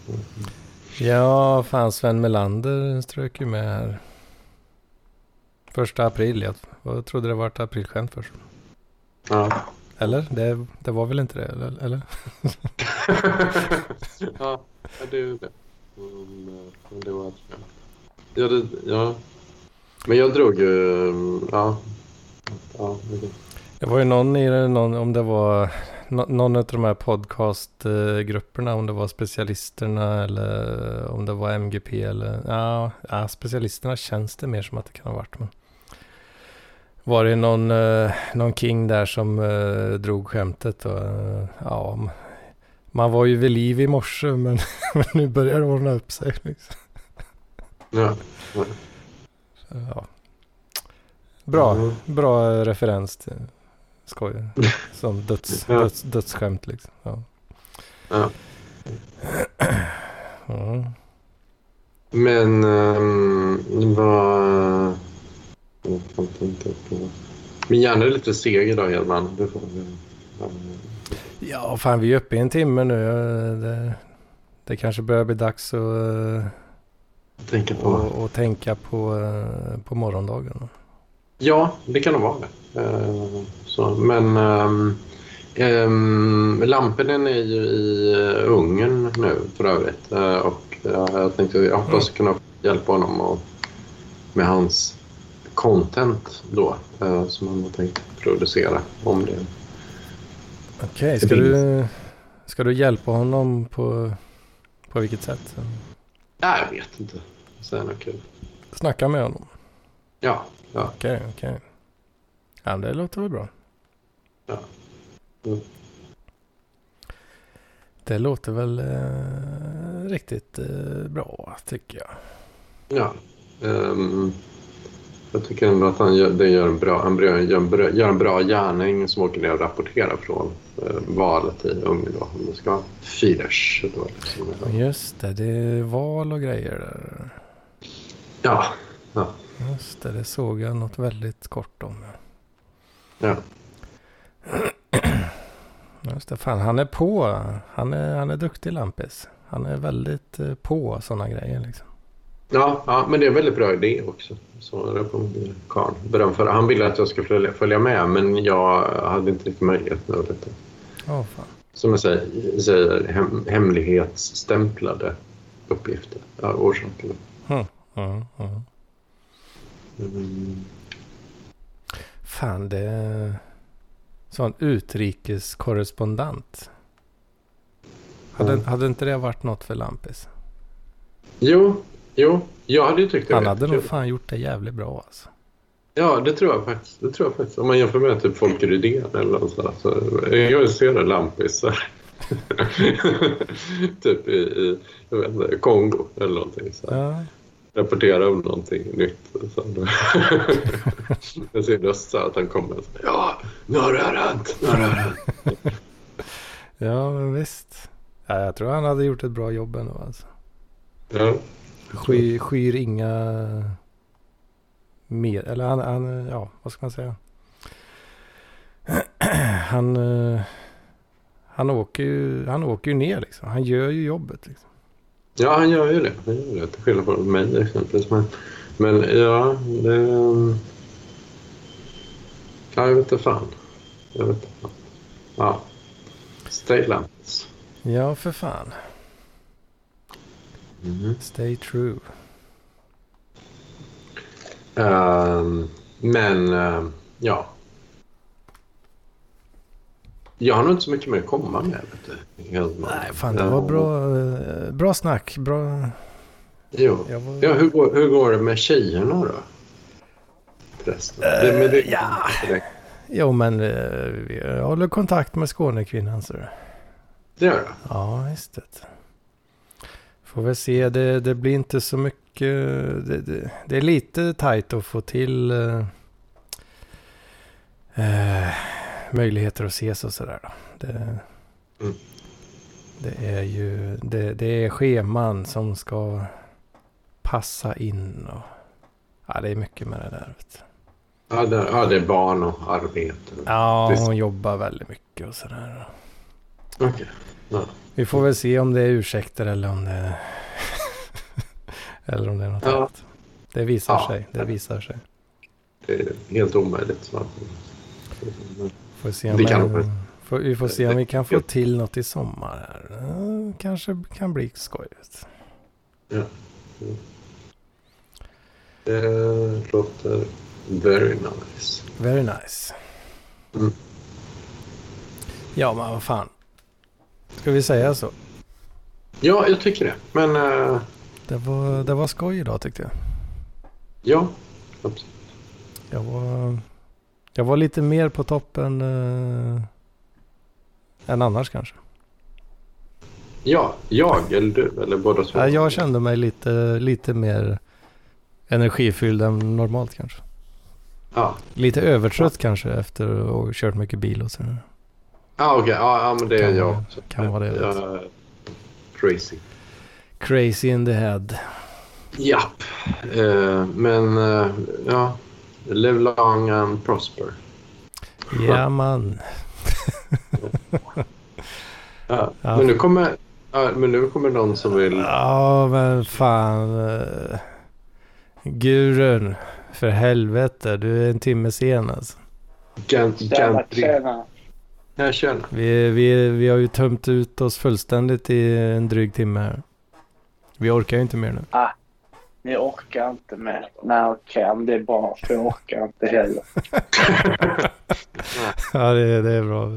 Ja, fan, Sven Melander strök ju med här. 1 april, jag trodde det var ett aprilskämt först. Ja. Eller? Det var väl inte det, eller? Ja, det är ju det. Det var ja. Men jag drog ju okay. Det var ju någon om det var någon av de här podcastgrupperna, om det var specialisterna eller om det var MGP eller ja, specialisterna känns det mer som att det kan ha varit, men var det någon king där som drog skämtet och man var ju vid liv i morse men nu börjar det ordna upp sig liksom. Ja. Ja. Bra referens till skoj som dödsskämt liksom. Ja. Ja. Men vad... Jag tänkte på... Min hjärna är lite seg idag, Hedman. Det får vi... Ja, fan, vi är uppe i en timme nu. Det kanske börjar bli dags att tänka på morgondagen. Ja, det kan nog vara det. Lampen är ju i Ungern nu för övrigt. Och jag tänkte jag hoppas kunna hjälpa honom med hans content då som han har tänkt producera om det. Okej, ska du hjälpa honom på vilket sätt? Nej, jag vet inte. Säg något kul. Snacka med honom? Ja. Okej. Ja, det låter väl bra. Ja. Det låter väl riktigt bra, tycker jag. Ja. Jag tycker ändå att han gör en bra gärning som åker ner och rapporterar från valet i Ungern då. Om det ska vara Fidesz. Just det är val och grejer där. Ja. Just det såg jag något väldigt kort om. Ja. Just det, fan, han är på. Han är duktig, Lampis. Han är väldigt på sådana grejer liksom. Ja, men det är en väldigt bra idé också. Så det på Karl. Beröm för. Han ville att jag skulle följa med, men jag hade inte riktigt möjlighet med detta. Fan. Som jag säger hemlighetsstämplade uppgifter. Ja, orsakerna. Fan, det är sån utrikeskorrespondent. Hade inte det varit något för Lampis? Jo, jag hade ju tyckt det. Han hade nog fan gjort det jävligt bra alltså. Ja, det tror jag faktiskt. Om man jämför med typ Folke Rydén eller något sådär. Så jag ser det Lampis typ i jag vet inte, Kongo eller någonting så. Ja. Rapportera om någonting nytt. Så. Jag ser just så att han kommer och säger, ja, nu har det hänt. Ja, men visst. Ja, jag tror han hade gjort ett bra jobb ändå alltså. Ja. Skyr inga mer, eller han ja, vad ska man säga? Han åker ju ner liksom. Han gör ju jobbet liksom. Ja, han gör ju det. Till skillnad från mig exempelvis. Men ja, det... Ja, jag vet inte fan. Ja. Stay Lampis. Ja, för fan. Stay true. Ja. Jag har nog inte så mycket mer att komma med. Nej, fan, det var bra snack. Bra. Jo. Ja, hur går det med tjejerna då? Ja. Jo, men jag håller kontakt med Skånekvinnan. Så. Det gör jag? Ja, just det. Får väl se, det blir inte så mycket. Det är lite tajt att få till möjligheter att ses och sådär då. Det är ju det är scheman som ska passa in och ja, det är mycket med det där. Vet du. Ja, det är barn och arbete. Ja, hon jobbar väldigt mycket och sådär. Okej. Ja. Vi får väl se om det är ursäkter eller om det eller om det är något annat. Det visar sig. Det visar sig. Det är helt omöjligt. Vi får se om vi kan få till något i sommar här. Kanske kan bli skojigt. Ja. Det låter very nice. Very nice. Ja, men vad fan. Ska vi säga så? Ja, jag tycker det. Men det var skoj idag tyckte jag. Ja, absolut. Jag var lite mer på toppen än annars kanske. Ja, jag eller du eller båda två. Ja, jag kände mig lite mer energifylld än normalt kanske. Ja. Lite övertrött kanske efter att ha kört mycket bil och så. Ja, okej. Ja, men det är jag också. Kan vara det. Crazy. Crazy in the head. Japp. Men ja, live long and prosper. Ja, man. Ja. Men nu kommer någon som vill... Ja, men fan. Gurun, för helvete. Du är en timme sen alltså. Tjena. Ja, tjena. Vi har ju tömt ut oss fullständigt i en dryg timme här. Vi orkar ju inte mer nu. Ni orkar inte mer. Nej, okej. Det är bra. För jag orkar inte heller. Ja, det är bra.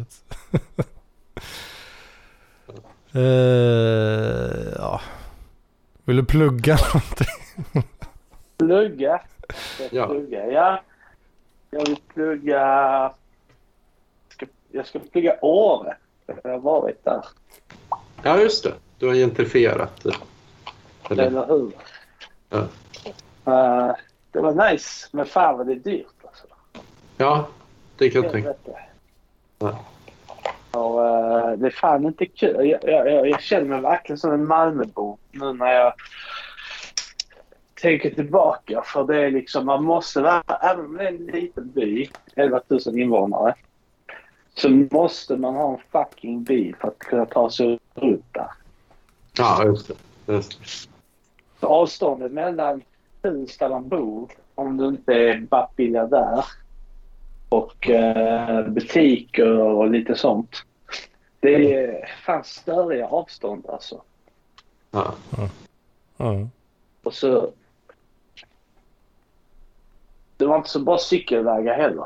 Ja. Vill du plugga någonting? Plugga? Ja. Ja. Jag vill plugga... Jag ska plugga Åre. Jag har varit där. Ja, just det. Du har gentrifierat. Eller hur? Ja. Det var nice. Men fan vad det är dyrt alltså. Ja, det kan jag tänka. Ja. Och, det är fan inte kul. Jag känner mig verkligen som en Malmöbo nu när jag tänker tillbaka. För det är liksom, man måste vara, även om det är en liten by, 11 000 invånare, så måste man ha en fucking bil för att kunna ta sig ut där. Ja, just det. Så avståndet mellan hus där man bor, om du inte är backbilliga där, och butiker och lite sånt. Det är fan större avstånd alltså. Ja. Och så... Det var inte så bra cykelvägar heller.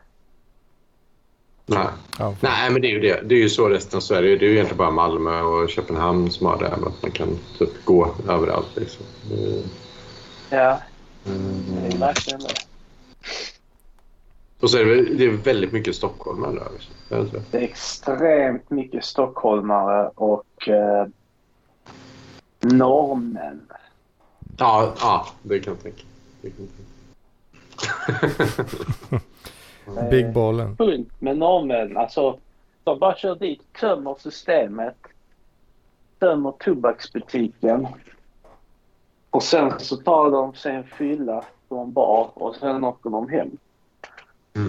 Nej. Nej, men det är ju det. Det är ju så resten av Sverige. Det är ju egentligen bara Malmö och Köpenhamn som har det här med att man kan typ gå överallt liksom. Ja, det är verkligen det. Och så är det väldigt mycket stockholmare där. Det är extremt mycket stockholmare och norrmän. Ja, det kan jag tänka. Big ballen. Fullt med norrmän. Alltså, de bara kör dit, tömmer systemet, tömmer tobaksbutiken. Och sen så tar de sig en fylla på en bar och sen åker de hem. Mm.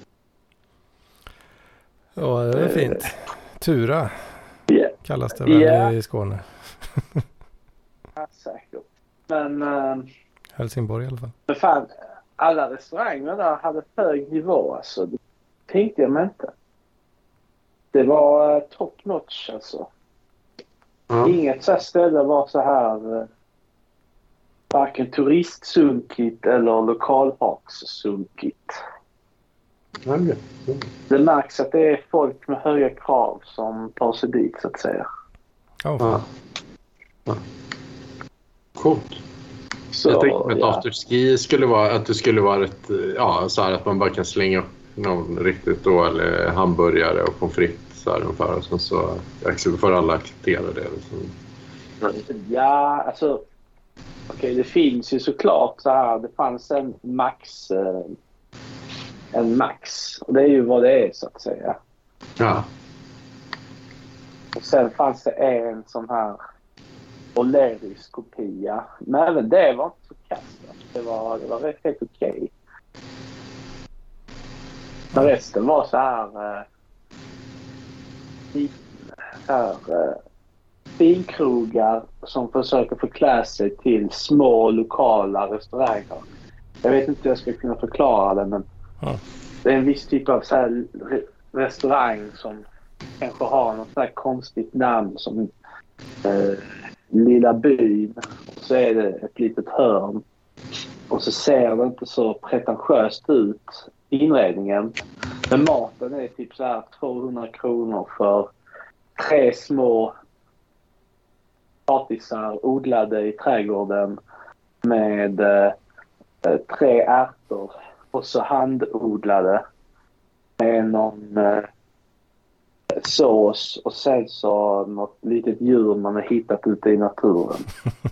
Ja, det är fint. Tura kallas det väl i Skåne. Ja, säkert. Men... Helsingborg i alla fall. Men fan, alla restauranger där hade hög nivå alltså. Det tänkte jag mig inte. Det var top notch alltså. Inget så här ställe var så här varken turistsunkigt eller lokalhakssunkigt. Det märks att det är folk med höga krav som tar sig dit så att säga. Ja. Coolt. Så, jag tänkte att afterski skulle vara att det skulle vara så här att man bara kan slänga upp någon riktigt dålig hamburgare och pommes frites så här ungefär och sen så får alla acceptera det liksom. Ja, alltså okej, det finns ju såklart så här, det fanns en max och det är ju vad det är så att säga. Ja. Och sen fanns det en sån här O'Learys kopia. Men även det var inte så kastat. Det var rätt helt okej. Men resten var så här finkrogar som försöker förklä sig till små lokala restauranger. Jag vet inte hur jag ska kunna förklara det, men det är en viss typ av så här restaurang som kanske har något så här konstigt namn som Lilla byn, och så är det ett litet hörn och så ser det inte så pretentiöst ut inredningen, men maten är typ så här 200 kronor för 3 små potatisar odlade i trädgården med 3 ärtor och så handodlade med någon sås och sen så något litet djur man har hittat ute i naturen.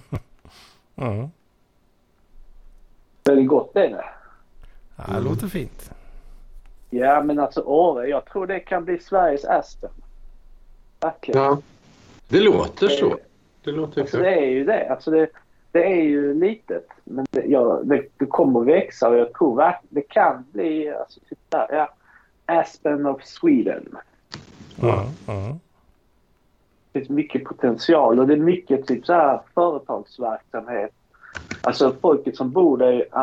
Det är gott det. Ja, det låter fint. Ja, men alltså Åre, jag tror det kan bli Sveriges Aspen. Verkligen. Ja, det låter så. Det låter alltså, det är ju det. Alltså det det är ju litet. Men det kommer växa och jag tror att det kan bli alltså, typ där, Aspen of Sweden. Det är mycket potential och det är mycket typ så här företagsverksamhet. Alltså folket som bor där är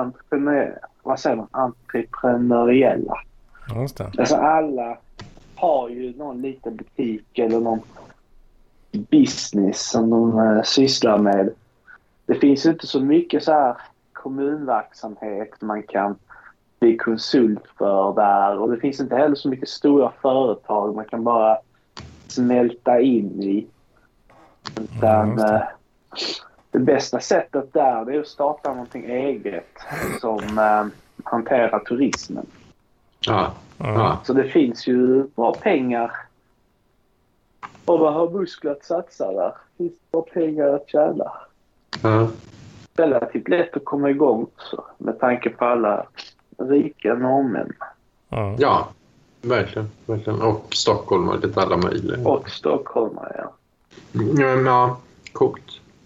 entreprenöriella. Just det. Alltså alla har ju någon liten butik eller någon business som de sysslar med. Det finns inte så mycket så här kommunverksamhet man kan bli konsult för där. Och det finns inte heller så mycket stora företag man kan bara smälta in i. Utan, det bästa sättet där det är att starta någonting eget som hanterar turismen. Så det finns ju bra pengar. Och man har muskler att satsa där. Det finns bra pengar att tjäna. Det är relativt lätt att komma igång också, med tanke på alla rika norrmän. Ja, verkligen. Och Stockholm och lite alla möjliga. Och Stockholm, ja. Ja, coolt.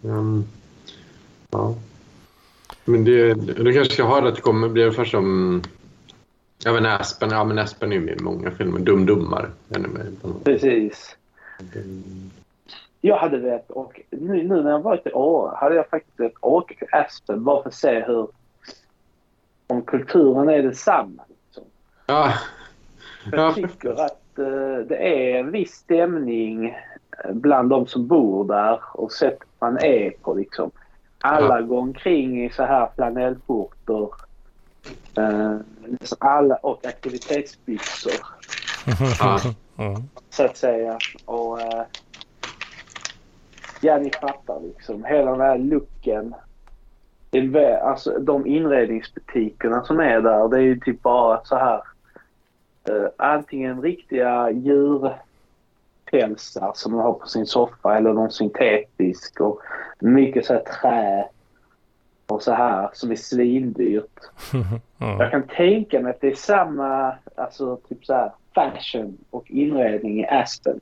Ja. Men du kanske ska ha det att det kommer bli ungefär som Aspen. Ja, men Aspen är ju med i många filmer. Dummare. Precis. Jag hade velat, och nu när jag varit i Åre hade jag faktiskt velat åka till Aspen bara för att se om kulturen är detsamma. Liksom. Ja. Jag tycker att det är en viss stämning bland de som bor där och sätt man är på liksom. Alla går omkring i så här flanellskjortor. Alla och aktivitetsbyxor. Så att säga. Och ni fattar liksom. Hela den här looken. Alltså de inredningsbutikerna som är där, det är ju typ bara så här. Antingen riktiga djurpälsar som man har på sin soffa eller någon syntetisk och mycket så här trä och så här som är svindyrt. Jag kan tänka mig att det är samma alltså typ så här fashion och inredning i Aspen.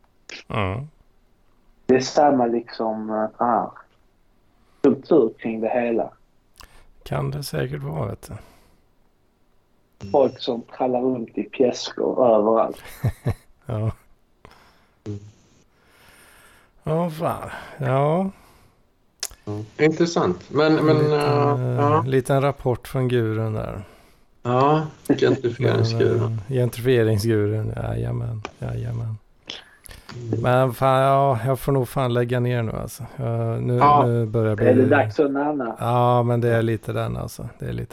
Det är samma liksom kultur kring det hela. Kan det säkert vara, vet du. Folk som trallar runt i pjäskor överallt. Ja. Ja, fan. Ja. Intressant. Men liten rapport från gurun där. Ja, gentrifieringsgurun. Gentrifieringsgurun, jajamän. Men fan, jag får nog fan lägga ner nu alltså. Nu börjar bli... Är det dags för en annan? Ja, men det är lite den alltså.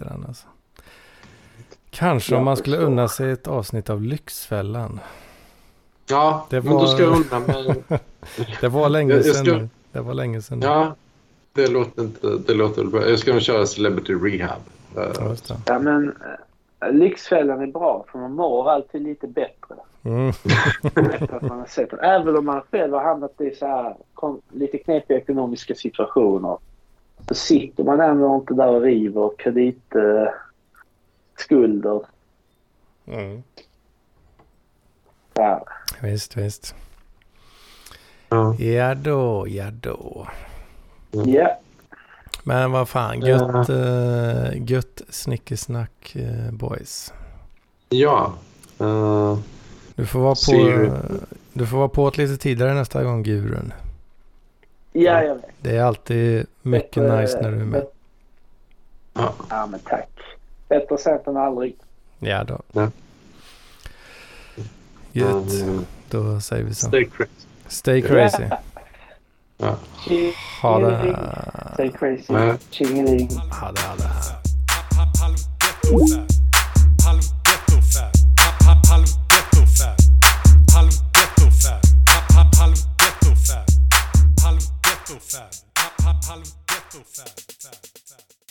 Kanske om man skulle unna sig ett avsnitt av Lyxfällan. Ja, men då ska jag unna mig. Det var länge sedan. Det var länge sedan. Ja, det låter bra. Jag ska nog köra Celebrity Rehab. Ja, men Lyxfällan är bra för man mår alltid lite bättre. Efter att man har sett det. Även om man själv har hamnat i så här lite knepiga ekonomiska situationer, så sitter man ändå inte där och river kreditskulder. Ja. Visst. Ja då. Ja. Men vad fan, gött snickesnack boys. Ja. Du får vara på ett lite tidigare nästa gång, Gurun. Ja, jag vet. Det är alltid mycket nice när du är med. Ja, men tack. Bättre sent än aldrig. Ja då. Ja. Gött. Då säger vi så. Stay crazy. Stay crazy. Ja. Ha det. Stay crazy. Tjingeling. Ha det. Halv ghetto fab.